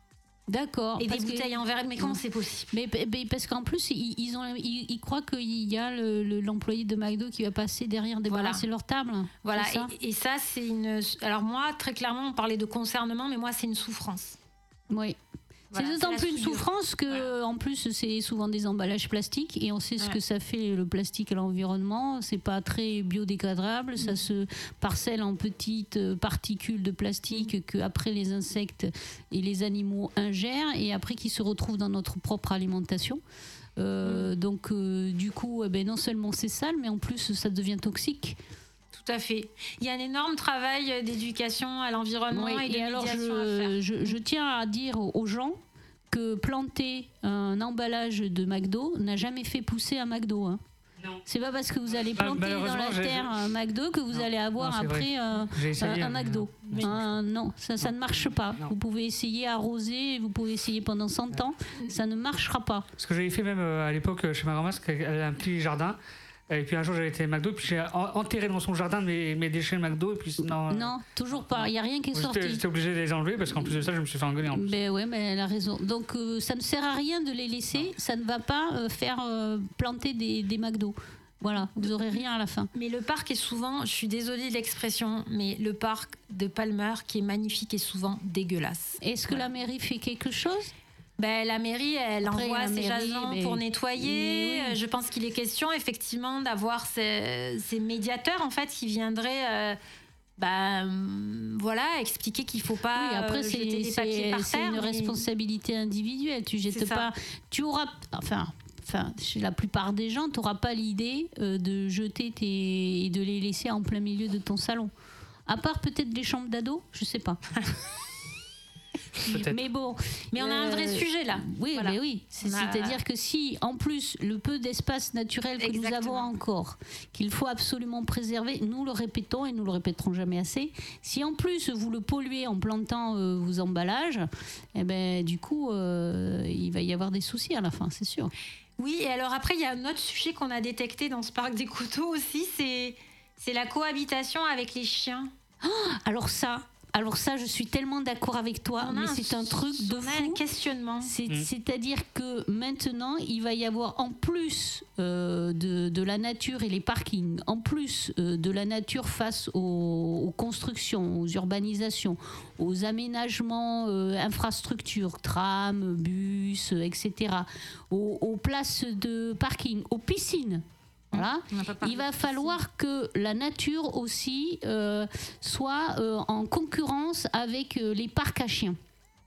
D'accord. Et des parce que- bouteilles en verre. Mais comment c'est possible? Mais, mais parce qu'en plus, ils, ils, ont, ils, ils croient qu'il y a le- le- l'employé de McDo qui va passer derrière débarrasser leur table. Voilà, C'est ça et, et ça, c'est une. Alors, moi, très clairement, on parlait de concernement, mais moi, c'est une souffrance. Oui. Voilà, c'est d'autant la plus une soudure. souffrance que, Voilà. en plus, c'est souvent des emballages plastiques et on sait ce Ouais. que ça fait le plastique à l'environnement. C'est pas très biodégradable, ça se parcelle en petites euh, particules de plastique que après les insectes et les animaux ingèrent et après qui se retrouvent dans notre propre alimentation. Euh, Donc, euh, du coup, eh ben, non seulement c'est sale, mais en plus ça devient toxique. Tout à fait. Il y a un énorme travail d'éducation à l'environnement Oui, et de et alors médiation à faire. je, je, je tiens à dire aux gens que planter un emballage de McDo n'a jamais fait pousser un McDo. Hein. Non. C'est pas parce que vous allez Bah, planter dans malheureusement, la j'ai- terre un McDo que vous Non. allez avoir Non, c'est après un, J'ai essayé. un, un mais McDo. non. Un- non, ça, ça ne marche pas. Non. Vous pouvez essayer arroser, vous pouvez essayer pendant cent ans, ça ne marchera pas. Ce que j'avais fait même euh, à l'époque euh, chez ma grand-mère, c'est qu'elle a un petit jardin. Et puis un jour, j'avais été à McDo, puis j'ai en- enterré dans son jardin mes, mes déchets McDo. Et puis non, euh, Non, toujours pas. Il n'y a rien qui est j'étais sorti. j'étais obligé de les enlever parce qu'en plus de ça, je me suis fait engueuler en plus. Ben ouais, mais elle a raison. Donc euh, ça ne sert à rien de les laisser. Ça ne va pas euh, faire euh, planter des, des McDo. Voilà, vous aurez rien à la fin. Mais le parc est souvent, je suis désolée de l'expression, mais le parc de Palmer, qui est magnifique, est souvent dégueulasse. Est-ce que la mairie fait quelque chose? Ben, la mairie, elle Après, envoie la ses mairie, agents mais- pour nettoyer. mais oui. Euh, Je pense qu'il est question effectivement d'avoir ces, ces médiateurs en fait qui viendraient, euh, ben, voilà, expliquer qu'il faut pas Oui, après euh, c'est jeter des papiers c'est- par c'est terre. une mais- responsabilité individuelle. Tu C'est jettes ça. pas. Tu auras, enfin, enfin, chez la plupart des gens, tu n'auras pas l'idée euh, de jeter tes et de les laisser en plein milieu de ton salon. À part peut-être les chambres d'ados, je sais pas. Peut-être. Mais bon. Mais on a un vrai euh, sujet là. Oui, Voilà. mais oui. C'est- On a- C'est-à-dire que si, en plus, le peu d'espace naturel que nous Exactement. avons encore, qu'il faut absolument préserver, nous le répétons et nous le répéterons jamais assez, si en plus vous le polluez en plantant euh, vos emballages, eh ben, du coup, euh, il va y avoir des soucis à la fin, c'est sûr. Oui, et alors après, il y a un autre sujet qu'on a détecté dans ce parc des coteaux aussi, c'est c'est la cohabitation avec les chiens. Alors ça, alors ça, je suis tellement d'accord avec toi, On a mais c'est un truc de on a fou. un questionnement. C'est- Mm. C'est-à-dire que maintenant, il va y avoir en plus euh, de, de la nature et les parkings, en plus euh, de la nature face aux, aux constructions, aux urbanisations, aux aménagements, euh, infrastructures, trams, bus, euh, et cetera, aux, aux places de parking, aux piscines. Voilà. On n'a pas parlé Il va de falloir que la nature aussi euh, soit euh, en concurrence avec euh, les parcs à chiens.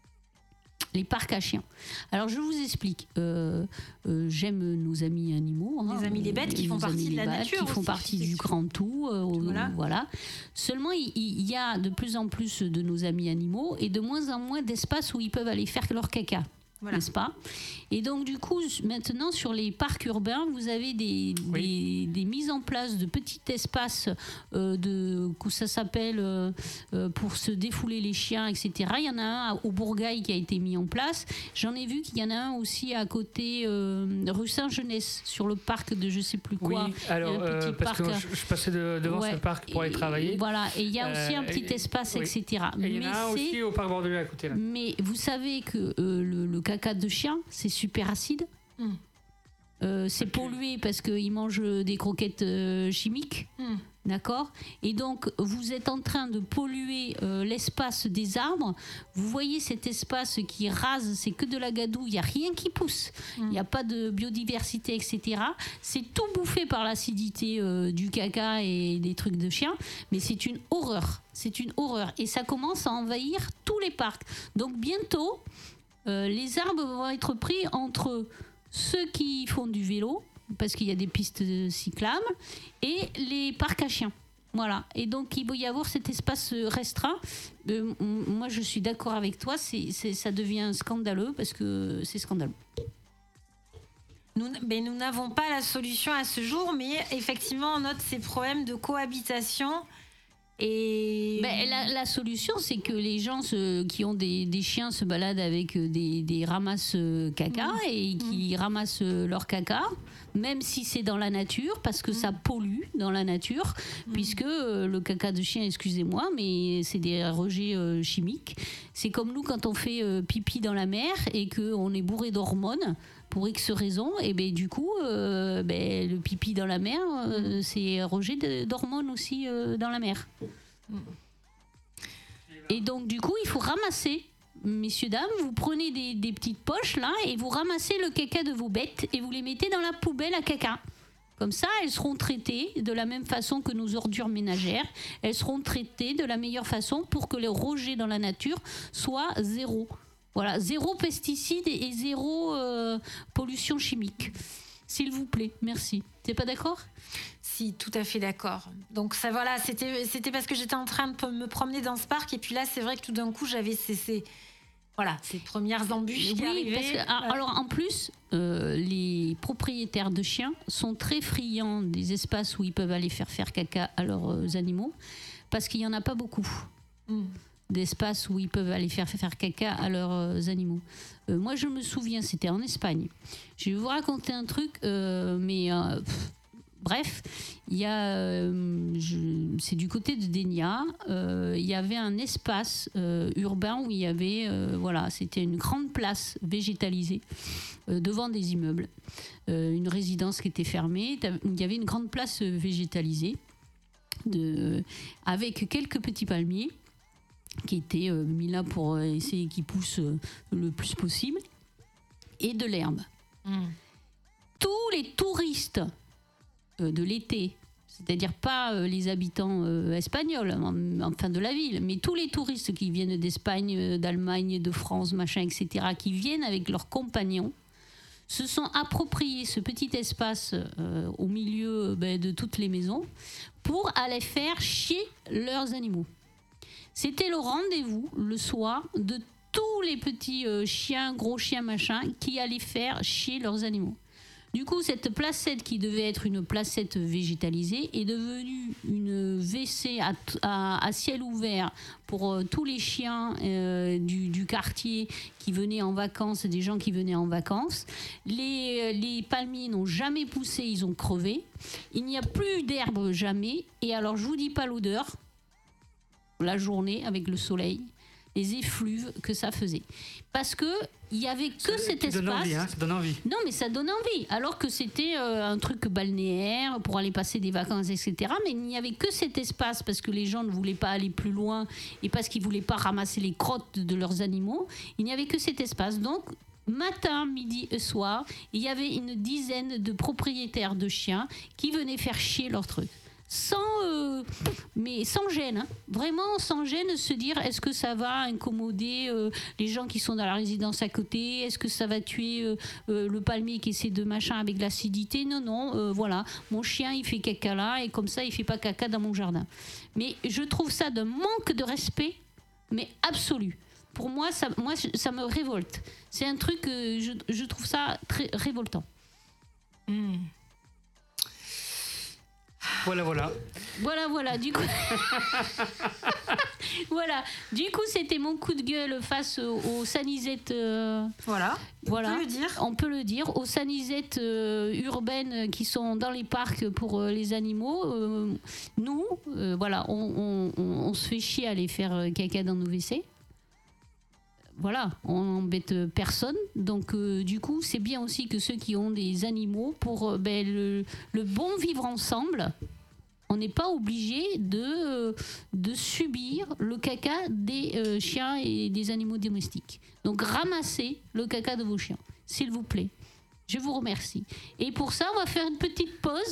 Les parcs à chiens. Alors je vous explique. Euh, euh, J'aime nos amis animaux. hein. Les amis les bêtes qui Nos font partie amis de les la bêtes nature qui font aussi, partie c'est du sûr. grand tout. euh, Voilà. voilà. Seulement, il, il y a de plus en plus de nos amis animaux et de moins en moins d'espace où ils peuvent aller faire leur caca. Voilà. N'est-ce pas? Et donc du coup, maintenant sur les parcs urbains, vous avez des, Oui. des, des mises en place de petits espaces euh, de, que ça s'appelle euh, euh, pour se défouler les chiens, et cetera. Il y en a un à- au Bourgail qui a été mis en place. J'en ai vu qu'il y en a un aussi à côté euh, rue Saint-Genès, sur le parc de je sais plus Oui, quoi. alors, Il y a un euh, petit parce que parc. je, je passais de- devant Ouais. ce parc pour aller Et- travailler. Voilà, et il y a aussi Euh, un petit et- espace, oui. et cetera. Et il y Mais en a un c'est- aussi au parc Bordelais à côté. Là. mais vous savez que euh, le, le caca de chien, c'est super acide. Mm. Euh, c'est Ok. pollué parce qu'il mange des croquettes euh, chimiques. Mm. D'accord? Et donc, vous êtes en train de polluer euh, l'espace des arbres. Vous voyez cet espace qui rase, c'est que de la gadoue, il n'y a rien qui pousse. Il Mm. n'y a pas de biodiversité, et cetera. C'est tout bouffé par l'acidité euh, du caca et des trucs de chien. Mais c'est une horreur. C'est une horreur. Et ça commence à envahir tous les parcs. Donc, bientôt, euh, les arbres vont être pris entre ceux qui font du vélo, parce qu'il y a des pistes cyclables, et les parcs à chiens. Voilà. Et donc, il va y avoir cet espace restreint. Euh, m- moi, je suis d'accord avec toi. C'est, c'est- ça devient scandaleux parce que c'est scandaleux. Nous, mais nous n'avons pas la solution à ce jour, mais effectivement, on note ces problèmes de cohabitation Et Ben, la, la solution, c'est que les gens se- qui ont des, des chiens se baladent avec euh, des, des ramasses euh, caca Mmh. et qui ramassent euh, leur caca, même si c'est dans la nature, parce que ça pollue dans la nature, puisque euh, le caca de chien, excusez-moi, mais c'est des rejets euh, chimiques. C'est comme nous quand on fait euh, pipi dans la mer et qu'on est bourré d'hormones. Pour X raisons, et ben du coup, euh, ben, le pipi dans la mer, euh, c'est rejet de- d'hormones aussi euh, dans la mer. Et donc, du coup, il faut ramasser, messieurs, dames, vous prenez des, des petites poches là et vous ramassez le caca de vos bêtes et vous les mettez dans la poubelle à caca. Comme ça, elles seront traitées de la même façon que nos ordures ménagères. Elles seront traitées de la meilleure façon pour que les rejets dans la nature soient zéro. Voilà, zéro pesticides et et zéro euh, pollution chimique. S'il vous plaît, merci. T'es pas d'accord ? Si, tout à fait d'accord. Donc ça, voilà, c'était c'était parce que j'étais en train de p- me promener dans ce parc et puis là, c'est vrai que tout d'un coup, j'avais ces, ces- voilà, ces premières embûches qui Oui, arrivaient. parce que, ah, alors en plus, euh, les propriétaires de chiens sont très friands des espaces où ils peuvent aller faire faire caca à leurs euh, animaux, parce qu'il y en a pas beaucoup. Mm. D'espace où ils peuvent aller faire faire caca à leurs euh, animaux. Euh, moi, je me souviens, c'était en Espagne. Je vais vous raconter un truc, euh, mais euh, pff, bref, il y a, euh, je- c'est du côté de Dénia. euh, Il y avait un espace euh, urbain où il y avait, euh, voilà, c'était une grande place végétalisée euh, devant des immeubles, Euh, une résidence qui était fermée. Il y avait une grande place euh, végétalisée de, avec quelques petits palmiers qui étaient euh, mis là pour euh, essayer qu'ils poussent euh, le plus possible, et de l'herbe. Mm. Tous les touristes euh, de l'été, c'est-à-dire pas euh, les habitants euh, espagnols, en- enfin de la ville, mais tous les touristes qui viennent d'Espagne, euh, d'Allemagne, de France, machin, et cetera, qui viennent avec leurs compagnons, se sont appropriés ce petit espace euh, au milieu euh, ben, de toutes les maisons pour aller faire chier leurs animaux. C'était le rendez-vous le soir de tous les petits euh, chiens, gros chiens, machin, qui allaient faire chier leurs animaux. Du coup, cette placette qui devait être une placette végétalisée est devenue une W C à, t- à- à ciel ouvert pour euh, tous les chiens euh, du, du quartier qui venaient en vacances, des gens qui venaient en vacances. Les, les palmiers n'ont jamais poussé, ils ont crevé. Il n'y a plus d'herbe jamais. Et alors, je vous dis pas l'odeur, la journée avec le soleil, les effluves que ça faisait. Parce que il y avait que cet Ça donne espace. envie, hein, ça donne envie. Non, mais ça donne envie. Alors que c'était euh, un truc balnéaire pour aller passer des vacances, et cetera. Mais il n'y avait que cet espace parce que les gens ne voulaient pas aller plus loin et parce qu'ils ne voulaient pas ramasser les crottes de leurs animaux. Il n'y avait que cet espace. Donc, matin, midi et soir, il y avait une dizaine de propriétaires de chiens qui venaient faire chier leurs trucs. Sans, euh, mais sans gêne, hein. Vraiment sans gêne, se dire est-ce que ça va incommoder euh, les gens qui sont dans la résidence à côté, est-ce que ça va tuer euh, euh, le palmier qui essaie de machin avec l'acidité. Non, non, euh, voilà, mon chien il fait caca là et comme ça il fait pas caca dans mon jardin. Mais je trouve ça d'un manque de respect, mais absolu. Pour moi, ça, moi, ça me révolte. C'est un truc, euh, je, je trouve ça très révoltant. Mm. Voilà, voilà. Voilà, voilà, du coup. Voilà, du coup, c'était mon coup de gueule face aux, aux sanisettes. euh, Voilà, voilà. on peut le dire. On peut le dire, aux sanisettes euh, urbaines qui sont dans les parcs pour euh, les animaux. Euh, nous, euh, voilà, on, on- on- on se fait chier à aller faire euh, caca dans nos W C. Voilà, on n'embête personne. Donc, euh, du coup, c'est bien aussi que ceux qui ont des animaux, pour euh, ben, le, le bon vivre ensemble, on n'est pas obligé de, euh, de subir le caca des euh, chiens et des animaux domestiques. Donc, ramassez le caca de vos chiens, s'il vous plaît. Je vous remercie. Et pour ça, on va faire une petite pause.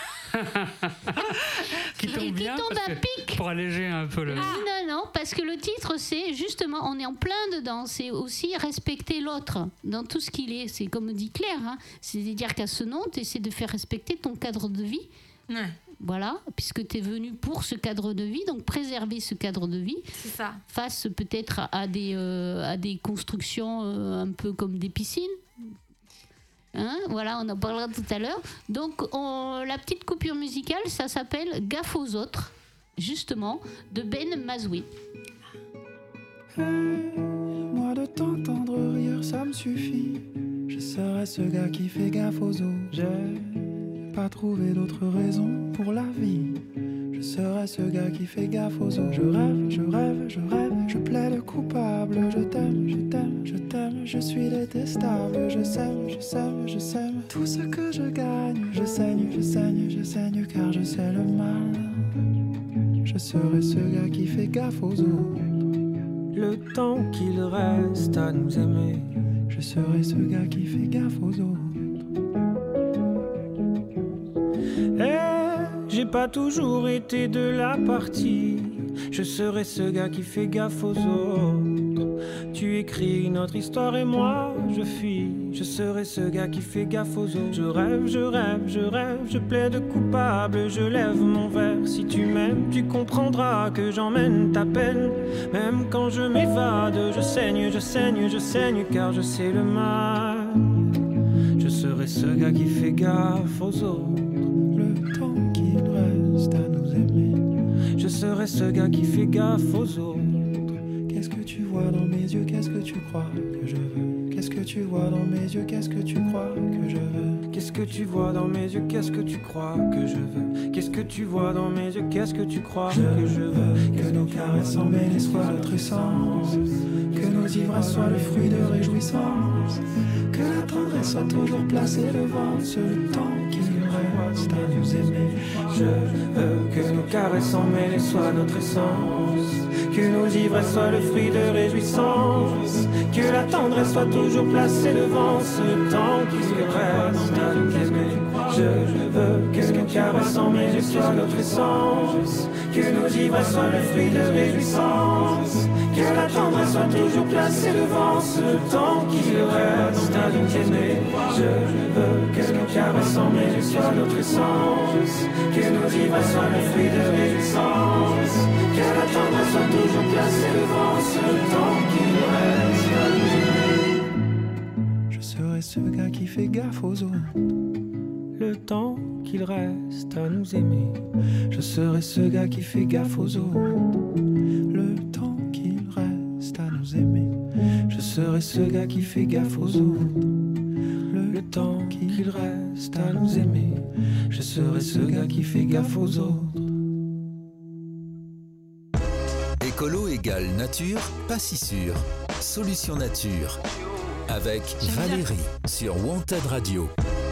Qui Et tombe qui bien. tombe parce à que- pic. Pour alléger un peu le. Non, non, parce que le titre, c'est justement, on est en plein dedans. C'est aussi respecter l'autre dans tout ce qu'il est. C'est comme dit Claire, hein. C'est-à-dire qu'à ce nom, tu essaies de faire respecter ton cadre de vie. Ouais, Voilà, puisque tu es venu pour ce cadre de vie, donc préserver ce cadre de vie c'est ça. face peut-être à, à des, euh, à des constructions euh, un peu comme des piscines. Hein, voilà, on en parlera tout à l'heure. Donc, on- la petite coupure musicale, ça s'appelle Gaffe aux autres. justement, de Ben Mazoué. Hey, moi de t'entendre rire, ça me suffit. Je serai ce gars qui fait gaffe aux autres. J'ai pas trouvé d'autre raison pour la vie. Je serai ce gars qui fait gaffe aux autres. Je rêve, je rêve, je rêve, je plaide coupable. Je t'aime, je t'aime, je t'aime, je suis détestable. Je sème, je sème, je sème tout ce que je gagne. Je saigne, je saigne, je saigne car je sais le mal. Je serai ce gars qui fait gaffe aux autres. Le temps qu'il reste à nous aimer, je serai ce gars qui fait gaffe aux autres. Eh, j'ai pas toujours été de la partie. Je serai ce gars qui fait gaffe aux autres. Tu écris notre histoire et moi je fuis. Je serai ce gars qui fait gaffe aux autres. Je rêve, je rêve, je rêve, je plaide coupable. Je lève mon verre, si tu m'aimes, tu comprendras que j'emmène ta peine. Même quand je m'évade, je saigne, je saigne, je saigne car je sais le mal. Je serai ce gars qui fait gaffe aux autres. Le temps qu'il reste à nous aimer, je serai ce gars qui fait gaffe aux autres. Qu'est-ce que tu vois dans mes yeux, qu'est-ce que tu crois que je veux? Qu'est-ce que tu vois dans mes yeux, qu'est-ce que tu crois que je veux? Qu'est-ce que tu vois dans mes yeux, qu'est-ce que tu crois que je veux? Qu'est-ce que tu vois dans mes yeux, qu'est-ce que tu crois que je veux? Que nos caresses emmêlées soient notre essence, que nos ivresses soient le fruit de réjouissance, que la tendresse soit toujours placée devant ce temps qui reste à nous aimer. Je veux que nos caresses emmêlées soient notre essence, que nos ivresses soient le fruit de réjouissance, que la tendresse soit toujours placée devant ce temps qui reste à nous aimer. Je veux que nos caresses emmêlées soient notre essence, que nos ivresses soient le fruit de réjouissance, que la tendresse soit toujours placée devant ce temps qui reste à nous aimer. Je veux que nos caresses emmêlées soient notre essence, que nos ivresses soient le fruit de réjouissance, que la tendresse soit toujours placée devant ce temps qui reste à nous aimer. Je serai ce gars qui fait gaffe aux autres. Le temps qu'il reste à nous aimer, je serai ce gars qui fait gaffe aux autres. Le temps qu'il reste à nous aimer, je serai ce gars qui fait gaffe aux autres. Le temps qu'il reste à nous aimer, je serai ce gars qui fait gaffe aux autres. Écolo égale nature, pas si sûr. Solution nature. Avec Valérie sur Wanted Radio.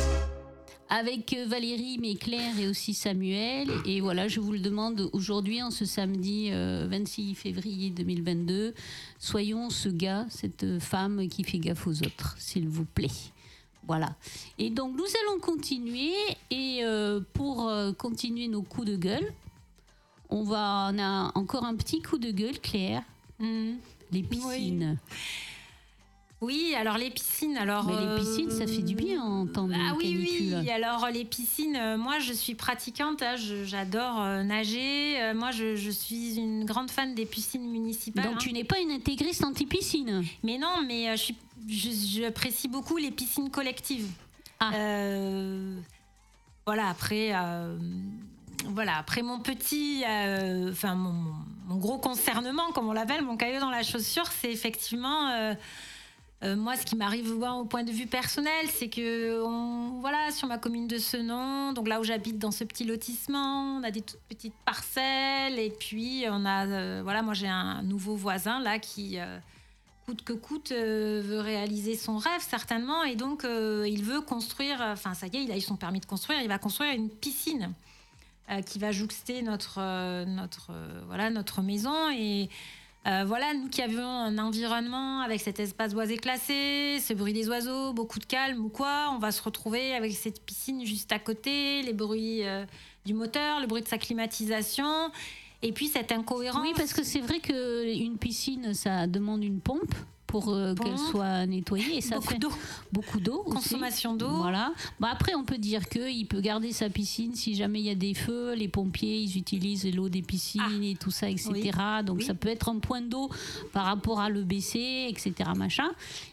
Avec Valérie, mais Claire et aussi Samuel. Et voilà, je vous le demande aujourd'hui, en ce samedi euh, vingt-six février deux mille vingt-deux, soyons ce gars, cette femme qui fait gaffe aux autres, s'il vous plaît. Voilà. Et donc, nous allons continuer. Et euh, pour euh, continuer nos coups de gueule, on, va, on a encore un petit coup de gueule, Claire. Mmh. Les piscines. Oui. Oui, alors les piscines, alors... Mais les piscines, euh, ça fait du bien en temps de ah, oui, canicule. oui, alors les piscines, euh, moi je suis pratiquante, hein, je, j'adore euh, nager. Euh, moi je, je suis une grande fan des piscines municipales. Donc hein. tu n'es pas une intégriste anti-piscine? Mais non, mais euh, je suis, je, j'apprécie beaucoup les piscines collectives. Ah. Euh, voilà, après... Euh, Voilà, après mon petit, euh, enfin mon, mon gros concernement, comme on l'appelle, mon caillou dans la chaussure, c'est effectivement... Euh, Euh, moi, ce qui m'arrive bon, au point de vue personnel, c'est que on, voilà, sur ma commune de Senon, donc là où j'habite dans ce petit lotissement, on a des toutes petites parcelles et puis on a, euh, voilà, moi j'ai un nouveau voisin là qui, euh, coûte que coûte, euh, veut réaliser son rêve certainement et donc euh, il veut construire, enfin ça y est, il a eu son permis de construire, il va construire une piscine euh, qui va jouxter notre, euh, notre, euh, voilà, notre maison et Euh, voilà, nous qui avions un environnement avec cet espace boisé classé, ce bruit des oiseaux, beaucoup de calme ou quoi, on va se retrouver avec cette piscine juste à côté, les bruits euh, du moteur, le bruit de sa climatisation, et puis cette incohérence. Oui, parce que c'est vrai qu'une piscine, ça demande une pompe pour euh, Pompe. qu'elle soit nettoyée. Et ça beaucoup fait d'eau. Beaucoup d'eau aussi. Consommation d'eau. Voilà. Bah après, on peut dire qu'il peut garder sa piscine si jamais il y a des feux. Les pompiers, ils utilisent l'eau des piscines ah. et tout ça, et cetera. Oui. Donc oui. Ça peut être un point d'eau par rapport à l'E B C, et cetera. Machin.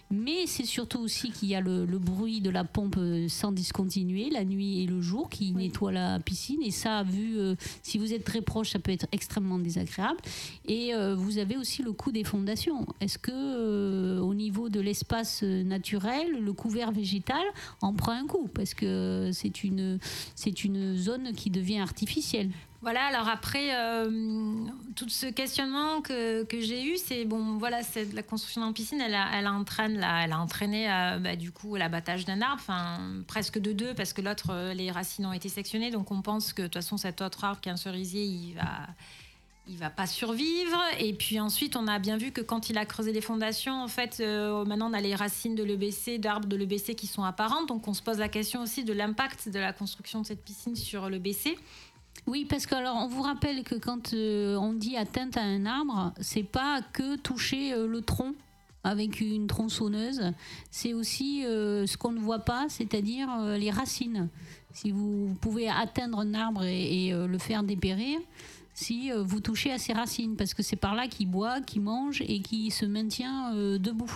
Mais c'est surtout aussi qu'il y a le, le bruit de la pompe euh, sans discontinuer, la nuit et le jour, qui oui. nettoie la piscine. Et ça, vu, euh, si vous êtes très proche, ça peut être extrêmement désagréable. Et euh, vous avez aussi le coût des fondations. Est-ce que euh, au niveau de l'espace naturel, le couvert végétal en prend un coup? Parce que c'est une, c'est une zone qui devient artificielle. Voilà, alors après, euh, tout ce questionnement que, que j'ai eu, c'est bon, voilà, c'est la construction en piscine, elle a, elle entraîne, la, elle a entraîné euh, bah, du coup l'abattage d'un arbre, enfin presque de deux, parce que l'autre, euh, les racines ont été sectionnées, donc on pense que de toute façon cet autre arbre qui est un cerisier, il va, il va pas survivre. Et puis ensuite, on a bien vu que quand il a creusé les fondations, en fait, euh, maintenant on a les racines de l'E B C, d'arbres de l'E B C qui sont apparentes, donc on se pose la question aussi de l'impact de la construction de cette piscine sur l'E B C. Oui, parce que alors on vous rappelle que quand euh, on dit atteinte à un arbre, c'est pas que toucher euh, le tronc avec une tronçonneuse, c'est aussi euh, ce qu'on ne voit pas, c'est-à-dire euh, les racines. Si vous, vous pouvez atteindre un arbre et, et euh, le faire dépérir, si euh, vous touchez à ses racines, parce que c'est par là qu'il boit, qu'il mange et qu'il se maintient euh, debout.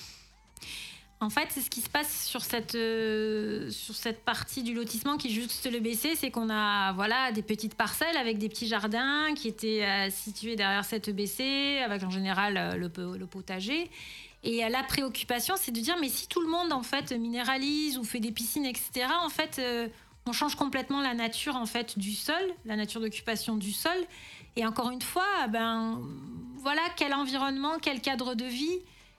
En fait, c'est ce qui se passe sur cette, euh, sur cette partie du lotissement qui jouxte l'E B C, c'est qu'on a voilà, des petites parcelles avec des petits jardins qui étaient euh, situés derrière cette E B C, avec en général euh, le, le potager. Et euh, la préoccupation, c'est de dire, mais si tout le monde en fait minéralise ou fait des piscines, et cetera, en fait, euh, on change complètement la nature en fait, du sol, la nature d'occupation du sol. Et encore une fois, ben, voilà, quel environnement, quel cadre de vie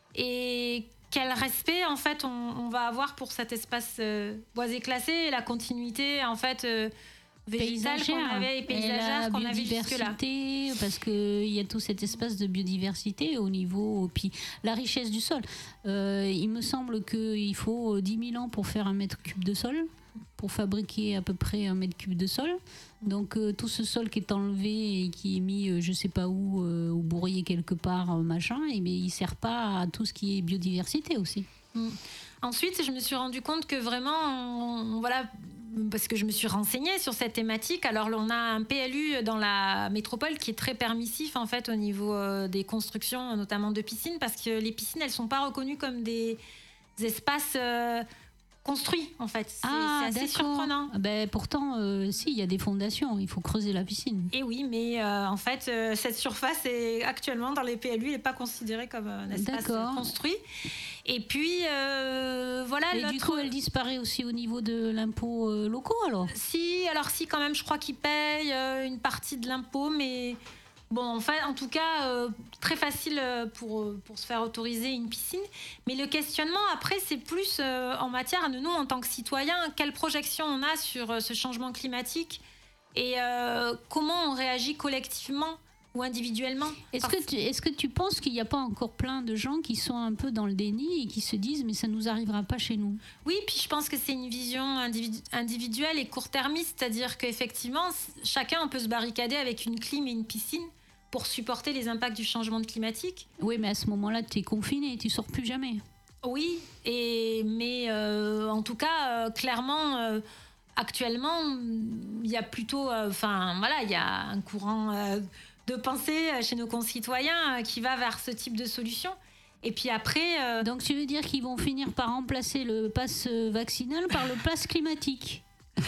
et quel respect en fait on, on va avoir pour cet espace euh, boisé classé et la continuité en fait euh, végétale qu'on avait et paysagère qu'on avait jusque-là. Parce qu'il y a tout cet espace de biodiversité au niveau, puis la richesse du sol. Euh, il me semble qu'il faut dix mille ans pour faire un mètre cube de sol, pour fabriquer à peu près un mètre cube de sol. Donc euh, tout ce sol qui est enlevé et qui est mis euh, je sais pas où, euh, ou bourrier quelque part, euh, machin, et bien, il ne sert pas à tout ce qui est biodiversité aussi. Mmh. Ensuite, je me suis rendu compte que vraiment, on, on, voilà, parce que je me suis renseignée sur cette thématique. Alors, on a un P L U dans la métropole qui est très permissif en fait au niveau euh, des constructions, notamment de piscines, parce que les piscines, elles sont pas reconnues comme des, des espaces euh, construit en fait. C'est, ah, c'est assez d'accord. surprenant. Ben, pourtant, euh, si, il y a des fondations, il faut creuser la piscine. Et oui, mais euh, en fait, euh, cette surface est actuellement dans les P L U, elle n'est pas considérée comme un espace d'accord. construit. Et puis, euh, voilà. Et du coup, elle disparaît aussi au niveau de l'impôt euh, locaux alors ? Si, alors si, quand même, je crois qu'ils payent euh, une partie de l'impôt, mais... Bon, en fait, en tout cas, euh, très facile pour, pour se faire autoriser une piscine. Mais le questionnement, après, c'est plus euh, en matière de nous, en tant que citoyens, quelle projection on a sur euh, ce changement climatique et euh, comment on réagit collectivement ou individuellement. Est-ce que, tu, est-ce que tu penses qu'il n'y a pas encore plein de gens qui sont un peu dans le déni et qui se disent « mais ça ne nous arrivera pas chez nous ». Oui, puis je pense que c'est une vision individu- individuelle et court-termiste, c'est-à-dire qu'effectivement, chacun on peut se barricader avec une clim et une piscine pour supporter les impacts du changement climatique. Oui, mais à ce moment-là, tu es confiné, tu ne sors plus jamais. Oui, et, mais euh, en tout cas, euh, clairement, euh, actuellement, il y a plutôt... Enfin, euh, voilà, il y a un courant euh, de pensée chez nos concitoyens euh, qui va vers ce type de solution. Et puis après... Euh... Donc, tu veux dire qu'ils vont finir par remplacer le pass vaccinal par le pass climatique ?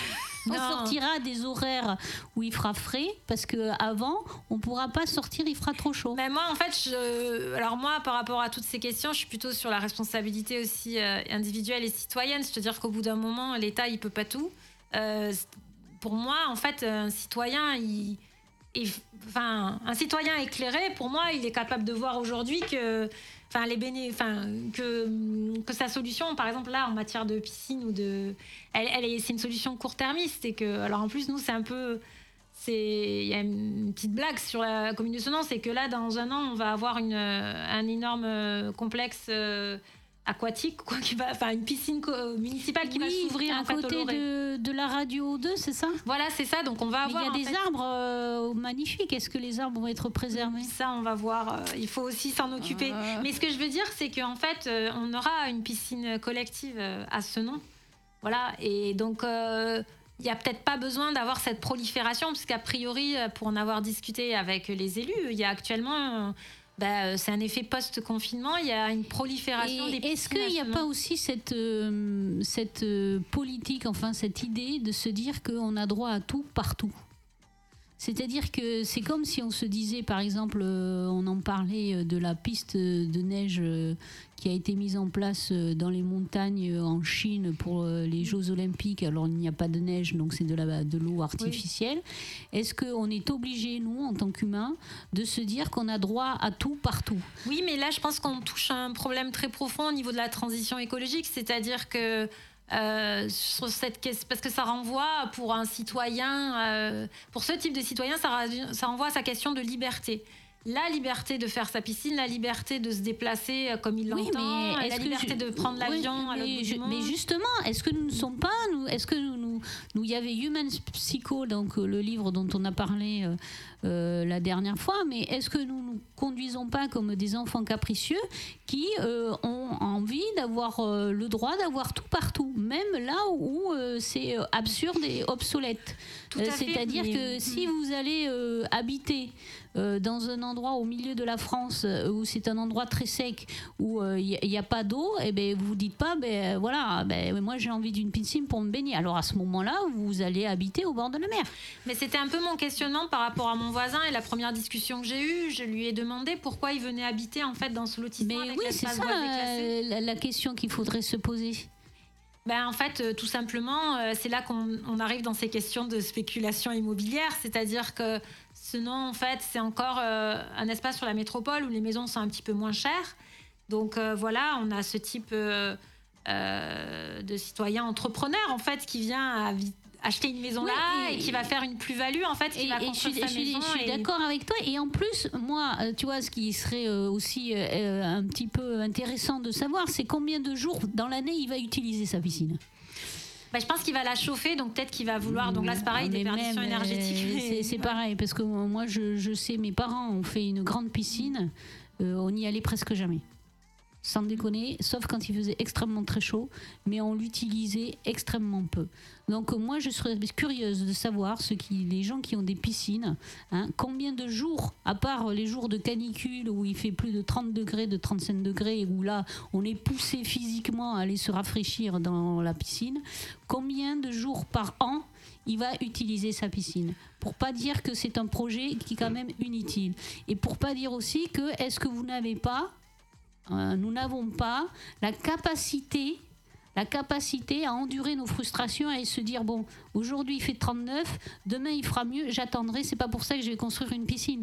On non. sortira des horaires où il fera frais parce qu'avant, on ne pourra pas sortir, il fera trop chaud. Mais moi, en fait, je, alors moi, par rapport à toutes ces questions, je suis plutôt sur la responsabilité aussi euh, individuelle et citoyenne. C'est-à-dire qu'au bout d'un moment, l'État, il ne peut pas tout. Euh, pour moi, en fait, un citoyen, il, il, enfin, un citoyen éclairé, pour moi, il est capable de voir aujourd'hui que... Enfin, les béné... enfin, que, que sa solution, par exemple, là, en matière de piscine, ou de... elle, elle est... c'est une solution court-termiste. Et que... Alors, en plus, nous, c'est un peu... C'est... Il y a une petite blague sur la commune de Senon, c'est que là, dans un an, on va avoir une... un énorme complexe euh, aquatique, quoi, qui va... enfin, une piscine co- municipale qui oui, va s'ouvrir à en fait, côté de, de la radio deux, c'est ça ? Voilà, c'est ça. Donc, on va avoir... Mais il y a des fait... arbres euh, magnifiques. Est-ce que les arbres vont être préservés ? Ça, on va voir. Euh, il faut aussi s'en occuper. Euh... Mais ce que je veux dire, c'est qu'en fait, euh, on aura une piscine collective euh, à Senon. Voilà. Et donc, il euh, n'y a peut-être pas besoin d'avoir cette prolifération, puisqu'a priori, pour en avoir discuté avec les élus, il y a actuellement... bah, c'est un effet post-confinement, il y a une prolifération Et des piscines. est-ce qu'il n'y a pas aussi cette, euh, cette euh, politique, enfin cette idée de se dire qu'on a droit à tout partout ? C'est-à-dire que c'est comme si on se disait, par exemple, euh, on en parlait de la piste de neige euh, qui a été mise en place euh, dans les montagnes euh, en Chine pour euh, les Jeux Olympiques. Alors il n'y a pas de neige, donc c'est de, la, de l'eau artificielle. Oui. Est-ce qu'on est obligé, nous, en tant qu'humains, de se dire qu'on a droit à tout partout ? Oui, mais là, je pense qu'on touche à un problème très profond au niveau de la transition écologique, c'est-à-dire que Euh, sur cette question, parce que ça renvoie pour un citoyen, euh, pour ce type de citoyen, ça, ça renvoie à sa question de liberté. La liberté de faire sa piscine, la liberté de se déplacer comme il oui, l'entend, la liberté je, de prendre l'avion oui, à l'autre bout du monde. Mais justement, est-ce que nous ne sommes pas, nous, est-ce que nous, nous, nous, il y avait Human Psycho, donc euh, le livre dont on a parlé euh, euh, la dernière fois, mais est-ce que nous nous conduisons pas comme des enfants capricieux qui euh, ont envie d'avoir euh, le droit d'avoir tout partout, même là où euh, c'est absurde et obsolète. Tout à euh, c'est-à-dire fait, mais... que si vous allez euh, habiter euh, dans un endroit au milieu de la France euh, où c'est un endroit très sec, où il euh, n'y a, a pas d'eau, et ben vous dites pas, ben voilà, ben moi j'ai envie d'une piscine pour me baigner. Alors à ce moment-là, vous allez habiter au bord de la mer. Mais c'était un peu mon questionnement par rapport à mon voisin et la première discussion que j'ai eue, je lui ai demandé pourquoi il venait habiter en fait dans ce lotissement. Mais avec oui, c'est ça euh, la, la question qu'il faudrait se poser. Ben, en fait, euh, tout simplement, euh, c'est là qu'on on arrive dans ces questions de spéculation immobilière, c'est-à-dire que ce nom, en fait, c'est encore euh, un espace sur la métropole où les maisons sont un petit peu moins chères. Donc euh, voilà, on a ce type euh, euh, de citoyen entrepreneur, en fait, qui vient à acheter une maison oui, là et, et qui va faire une plus-value, en fait, qui et, va construire et je, sa je, maison. Je suis et... d'accord avec toi. Et en plus, moi, tu vois, ce qui serait aussi euh, un petit peu intéressant de savoir, c'est combien de jours dans l'année il va utiliser sa piscine. Bah, je pense qu'il va la chauffer, donc peut-être qu'il va vouloir. Donc là, c'est pareil, des perditions énergétiques. Euh, c'est, c'est pareil, parce que moi, je, je sais, mes parents ont fait une grande piscine, euh, on n'y allait presque jamais. Sans déconner, sauf quand il faisait extrêmement très chaud, mais on l'utilisait extrêmement peu. Donc moi, je serais curieuse de savoir, ceux qui, les gens qui ont des piscines, hein, combien de jours, à part les jours de canicule où il fait plus de trente degrés, de trente-cinq degrés, où là, on est poussé physiquement à aller se rafraîchir dans la piscine, combien de jours par an il va utiliser sa piscine, pour pas dire que c'est un projet qui est quand même inutile. Et pour pas dire aussi que, est-ce que vous n'avez pas Euh, nous n'avons pas la capacité, la capacité à endurer nos frustrations et se dire bon, aujourd'hui il fait trente-neuf, demain il fera mieux, j'attendrai, c'est pas pour ça que je vais construire une piscine.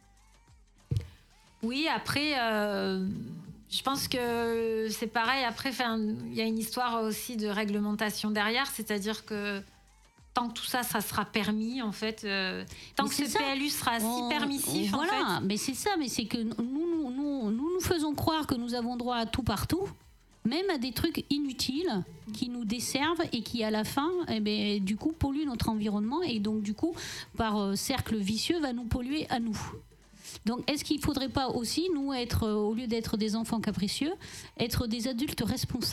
Oui, après, euh, je pense que c'est pareil. Après, il y a une histoire aussi de réglementation derrière, c'est-à-dire que tant que tout ça, ça sera permis, en fait, euh, tant mais que ce ça. P L U sera on, si permissif, on, voilà, en fait. Mais c'est ça, mais c'est que nous nous, nous, nous nous faisons croire que nous avons droit à tout partout, même à des trucs inutiles qui nous desservent et qui, à la fin, eh ben, du coup, polluent notre environnement et donc, du coup, par euh, cercle vicieux, va nous polluer à nous. Donc, est-ce qu'il ne faudrait pas aussi, nous, être, euh, au lieu d'être des enfants capricieux, être des adultes responsables ?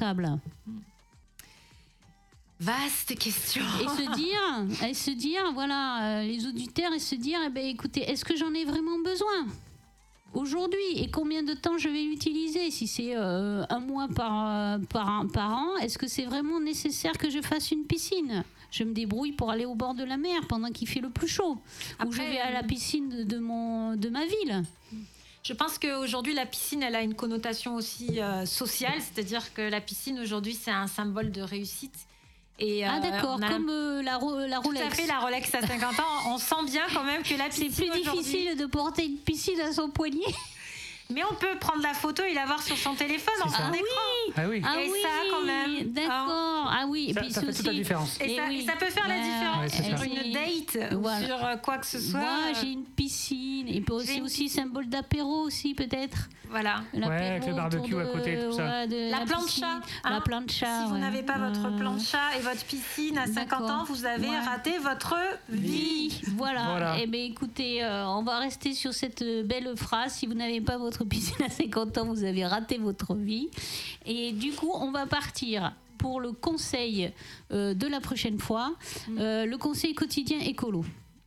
Vaste question. Et se dire, et se dire, voilà, euh, les auditeurs, et se dire, eh ben, écoutez, est-ce que j'en ai vraiment besoin aujourd'hui et combien de temps je vais l'utiliser ? Si c'est euh, un mois par, euh, par, par an, est-ce que c'est vraiment nécessaire que je fasse une piscine ? Je me débrouille pour aller au bord de la mer pendant qu'il fait le plus chaud. Après, ou je vais à la piscine de, de, mon, de ma ville. Je pense qu'aujourd'hui, la piscine, elle a une connotation aussi euh, sociale, c'est-à-dire que la piscine, aujourd'hui, c'est un symbole de réussite. Et, ah euh, d'accord, a... comme euh, la, la Rolex. Tout à fait, la Rolex à cinquante ans, on sent bien quand même que la piscine c'est plus difficile de porter une piscine à son poignet. Mais on peut prendre la photo et l'avoir sur son téléphone, en son ah écran. Oui. Ah oui. Ah et oui, ça, quand même. D'accord. Ah oui. Et ça, puis ça fait aussi... toute la différence. Et, et, ça, oui. et ça peut faire la différence ouais, sur une date voilà. ou sur quoi que ce soit. Moi, j'ai une piscine. Et puis c'est aussi symbole d'apéro aussi, peut-être. Voilà. Ouais, avec le barbecue de, à côté, tout ça. Ouais, de la, la plancha. Hein, la plancha. Si vous ouais. n'avez pas votre euh... plancha et votre piscine à cinquante D'accord. ans, vous avez ouais. raté votre vie. vie. Voilà. voilà. Eh bien, écoutez, euh, on va rester sur cette belle phrase. Si vous n'avez pas votre piscine à cinquante ans, vous avez raté votre vie. Et du coup, on va partir pour le conseil euh, de la prochaine fois, mmh. euh, le conseil quotidien écolo.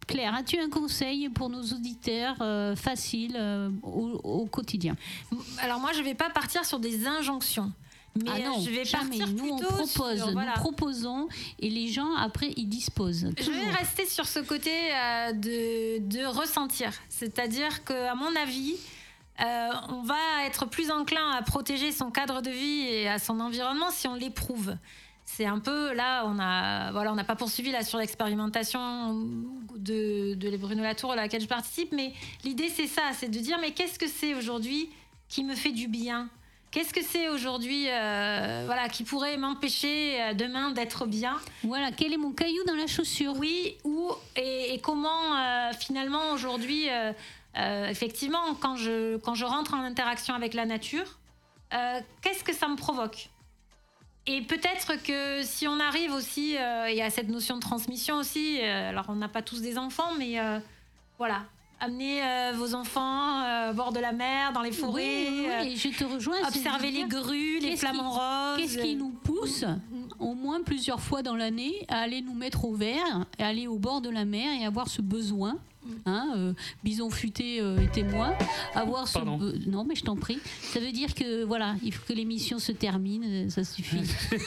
Claire, as-tu un conseil pour nos auditeurs euh, facile euh, au, au quotidien? Alors moi, je ne vais pas partir sur des injonctions. Mais ah non, je vais jamais. partir Nous, on plutôt propose, sur, voilà. nous proposons et les gens, après, ils disposent. Je vais rester sur ce côté euh, de, de ressentir. C'est-à-dire qu'à mon avis, euh, on va être plus enclin à protéger son cadre de vie et à son environnement si on l'éprouve. C'est un peu, là, on a, voilà, on n'a pas poursuivi là, sur l'expérimentation de, de Bruno Latour à laquelle je participe, mais l'idée, c'est ça, c'est de dire, mais qu'est-ce que c'est aujourd'hui qui me fait du bien ? Qu'est-ce que c'est aujourd'hui euh, voilà, qui pourrait m'empêcher euh, demain d'être bien ? Voilà, quel est mon caillou dans la chaussure ? Oui, où et, et comment euh, finalement aujourd'hui, euh, euh, effectivement, quand je, quand je rentre en interaction avec la nature, euh, qu'est-ce que ça me provoque ? Et peut-être que si on arrive aussi, euh, il y a cette notion de transmission aussi, euh, alors on n'a pas tous des enfants, mais euh, voilà. Amener euh, vos enfants euh, au bord de la mer, dans les forêts. Oui, oui, oui, je te rejoins. Observer les grues, les flamants roses. Qu'est-ce qui nous pousse, au moins plusieurs fois dans l'année, à aller nous mettre au vert, à aller au bord de la mer et avoir ce besoin. Hein, euh, Bison futé euh, est témoin. Avoir ce be- non, mais je t'en prie. Ça veut dire que voilà, il faut que l'émission se termine. Ça suffit.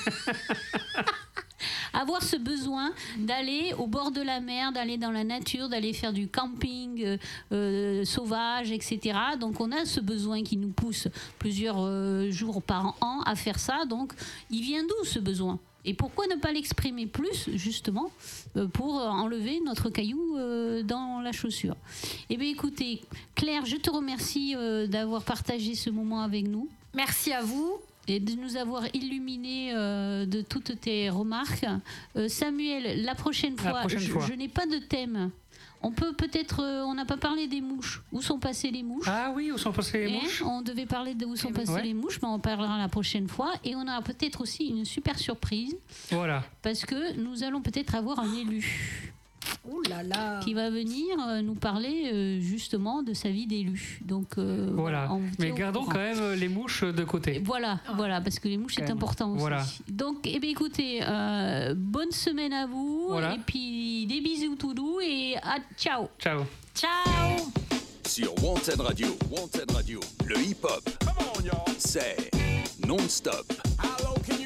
Avoir ce besoin d'aller au bord de la mer, d'aller dans la nature, d'aller faire du camping euh, euh, sauvage, et cetera. Donc on a ce besoin qui nous pousse plusieurs euh, jours par an à faire ça. Donc il vient d'où ce besoin ? Et pourquoi ne pas l'exprimer plus, justement, euh, pour enlever notre caillou euh, dans la chaussure ? Eh bien écoutez, Claire, je te remercie euh, d'avoir partagé ce moment avec nous. Merci à vous. Et de nous avoir illuminés euh, de toutes tes remarques. Euh, Samuel, la prochaine fois, la prochaine je, fois. je n'ai pas de thème. On peut peut-être, euh, on n'a pas parlé des mouches. Où sont passées les mouches ? Ah oui, où sont passées les Et mouches ? On devait parler de où sont passées ouais. les mouches, mais on en parlera la prochaine fois. Et on a peut-être aussi une super surprise. Voilà. Parce que nous allons peut-être avoir un élu. Ouh là là. Qui va venir euh, nous parler euh, justement de sa vie d'élu. Donc euh, voilà. On vous Mais tient au gardons courant. quand même les mouches de côté. Et voilà, Ah. voilà, parce que les mouches Quand c'est même. important aussi. Voilà. Donc, eh bien, écoutez, euh, bonne semaine à vous. Voilà. Et puis des bisous tout doux et à ciao. Ciao. Ciao. Sur Wanted Radio, Wanted Radio, le hip-hop, c'est non-stop. How low can